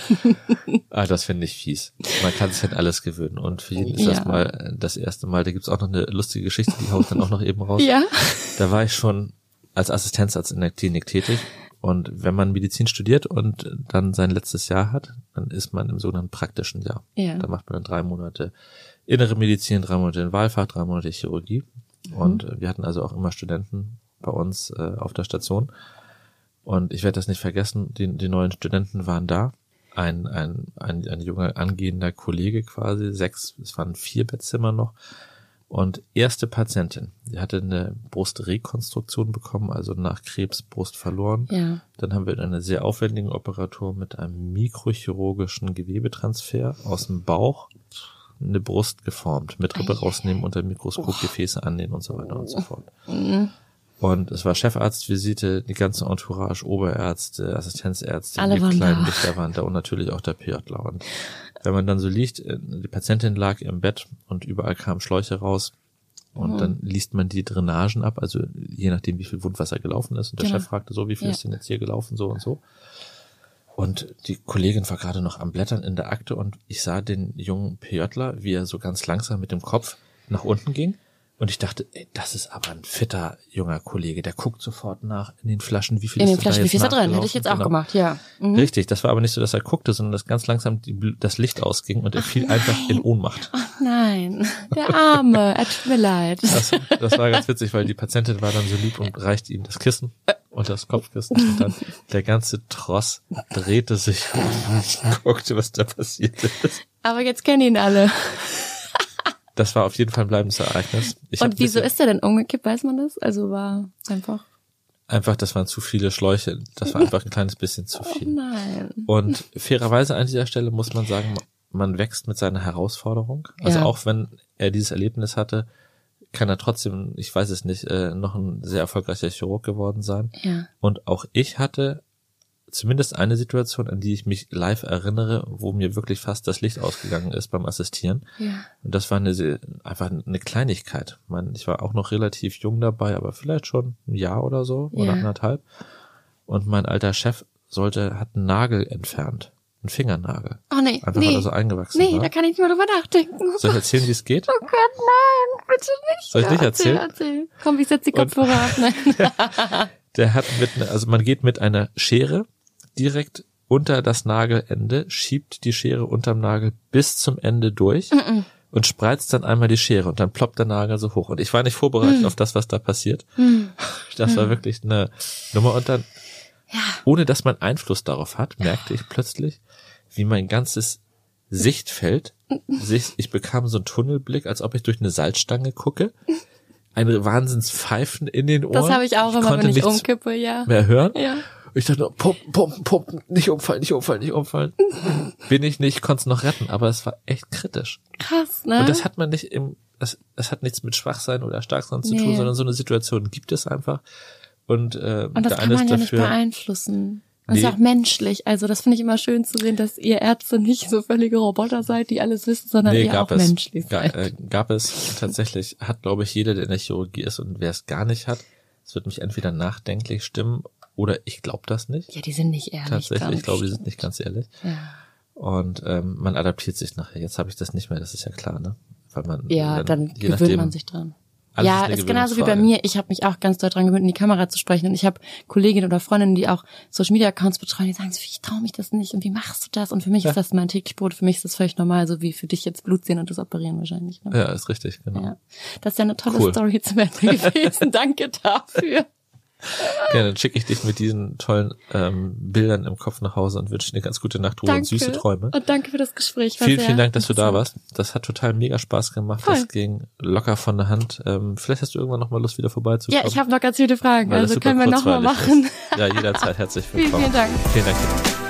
Ah, das finde ich fies. Man kann sich an alles gewöhnen. Und für jeden ist Ja. das mal das erste Mal. Da gibt's auch noch eine lustige Geschichte, die haue ich dann auch noch eben raus. Ja. Da war ich schon als Assistenzarzt in der Klinik tätig. Und wenn man Medizin studiert und dann sein letztes Jahr hat, dann ist man im sogenannten praktischen Jahr. Ja. Da macht man dann drei Monate innere Medizin, drei Monate in Wahlfach, drei Monate Chirurgie. Und äh, wir hatten also auch immer Studenten bei uns äh, auf der Station. Und ich werde das nicht vergessen, die, die neuen Studenten waren da. Ein, ein, ein, ein junger angehender Kollege quasi, sechs, es waren vier Bettzimmer noch. Und erste Patientin, die hatte eine Brustrekonstruktion bekommen, also nach Krebs Brust verloren. Ja. Dann haben wir in einer sehr aufwendigen Operatur mit einem mikrochirurgischen Gewebetransfer aus dem Bauch eine Brust geformt, mit Rippe rausnehmen, unter dem Mikroskop Gefäße annähen und so weiter und so fort. Und es war Chefarztvisite, die ganze Entourage, Oberärzte, Assistenzärzte, Alle die waren kleinen da. Lichter waren da und natürlich auch der PJler. Und wenn man dann so liegt, die Patientin lag im Bett und überall kamen Schläuche raus und Mhm. dann liest man die Drainagen ab, also je nachdem, wie viel Wundwasser gelaufen ist. Und der Genau. Chef fragte so, wie viel Ja. ist denn jetzt hier gelaufen, so und so. Und die Kollegin war gerade noch am Blättern in der Akte und ich sah den jungen PJler, wie er so ganz langsam mit dem Kopf nach unten ging. Und ich dachte, ey, das ist aber ein fitter junger Kollege, der guckt sofort nach in den Flaschen, wie viel In ist den denn da Flaschen, wie jetzt viel ist da drin? Hätte ich nachgelaufen? jetzt auch Genau. gemacht, ja. Mhm. Richtig, das war aber nicht so, dass er guckte, sondern dass ganz langsam die, Bl- das Licht ausging und er fiel einfach in Ohnmacht. Nein, der Arme, er tut mir leid. Das, das war ganz witzig, weil die Patientin war dann so lieb und reichte ihm das Kissen und das Kopfkissen und dann der ganze Tross drehte sich und guckte, was da passiert ist. Aber jetzt kennen ihn alle. das war auf jeden Fall ein bleibendes Ereignis. Ich Und wieso ist der denn umgekippt, weiß man das? Also war einfach... Einfach, das waren zu viele Schläuche. Das war einfach ein kleines bisschen zu viel. Oh nein. Und fairerweise an dieser Stelle muss man sagen, man wächst mit seiner Herausforderung. Also Ja. auch wenn er dieses Erlebnis hatte, kann er trotzdem, ich weiß es nicht, noch ein sehr erfolgreicher Chirurg geworden sein. Ja. Und auch ich hatte zumindest eine Situation, an die ich mich live erinnere, wo mir wirklich fast das Licht ausgegangen ist beim Assistieren. Ja. Und das war eine, einfach eine Kleinigkeit. Ich meine, ich war auch noch relativ jung dabei, aber vielleicht schon ein Jahr oder so oder Ja. anderthalb. Und mein alter Chef sollte, hat einen Nagel entfernt. Einen Fingernagel. Oh nee, Einfach nee. weil er so eingewachsen Nee, war. da kann ich nicht mal drüber nachdenken. Oh Soll ich erzählen, wie es geht? Gott, nein, bitte nicht. Soll ich nicht Ja, erzählen? Erzähl, erzähl. Komm, ich setz die Kopfhörer ab. Nein. Der hat mit, ne- also man geht mit einer Schere direkt unter das Nagelende, schiebt die Schere unterm Nagel bis zum Ende durch Mm-mm. und spreizt dann einmal die Schere und dann ploppt der Nagel so hoch. Und ich war nicht vorbereitet Mm. auf das, was da passiert. Mm. Das war wirklich eine Nummer. Und dann, Ja. ohne dass man Einfluss darauf hat, merkte ich plötzlich, wie mein ganzes Sichtfeld sich, ich bekam so einen Tunnelblick, als ob ich durch eine Salzstange gucke. Eine Wahnsinnspfeifen in den Ohren. Das habe ich auch immer, konnte wenn ich nichts umkippe, ja. mehr hören. Ja. Ich dachte nur, pumpen, pumpen, pumpen, nicht umfallen, nicht umfallen, nicht umfallen. Bin ich nicht, konnte es noch retten, aber es war echt kritisch. Krass, ne? Und das hat man nicht im, das, das hat nichts mit Schwachsein oder Starksein zu Nee. tun, sondern so eine Situation gibt es einfach. Und, äh, Und das der kann eine man ist ja nicht dafür, beeinflussen. Das Nee. ist auch menschlich. Also das finde ich immer schön zu sehen, dass ihr Ärzte nicht so völlige Roboter seid, die alles wissen, sondern nee, ihr gab auch es, menschlich ga, seid. äh, gab es tatsächlich, hat glaube ich jeder, der in der Chirurgie ist, und wer es gar nicht hat, es wird mich entweder nachdenklich stimmen oder ich glaube das nicht. Ja, die sind nicht ehrlich. Tatsächlich, dran. ich glaube, die sind nicht ganz ehrlich. Ja, Und ähm, man adaptiert sich nachher. Jetzt habe ich das nicht mehr, das ist ja klar, ne? Weil man ja dann je gewöhnt nachdem, man sich dran. alles Ja, eine ist genauso wie bei Gewöhnungsfrage. mir. Ich habe mich auch ganz doll dran gewöhnt, in die Kamera zu sprechen. Und ich habe Kolleginnen oder Freundinnen, die auch Social Media Accounts betreuen, die sagen so, ich traue mich das nicht und wie machst du das? Und für mich Ja. ist das mein täglich Brot. Für mich ist das völlig normal, so wie für dich jetzt Blut sehen und das Operieren wahrscheinlich. Ne? Ja, ist richtig, genau. Ja. Das ist ja eine tolle Cool. Story zum Ende gewesen. Danke dafür. Ja, dann schicke ich dich mit diesen tollen ähm, Bildern im Kopf nach Hause und wünsche dir eine ganz gute Nachtruhe Danke. und süße Träume. Und danke für das Gespräch. War Vielen, sehr vielen Dank, dass du da interessant. warst. Das hat total mega Spaß gemacht. Voll. Das ging locker von der Hand. Ähm, vielleicht hast du irgendwann noch mal Lust, wieder vorbeizukommen. Ja, ich habe noch ganz viele Fragen. weil das Also super können wir nochmal kurzweilig machen. ist. Ja, jederzeit herzlich Vielen, willkommen. vielen Dank. Vielen Dank.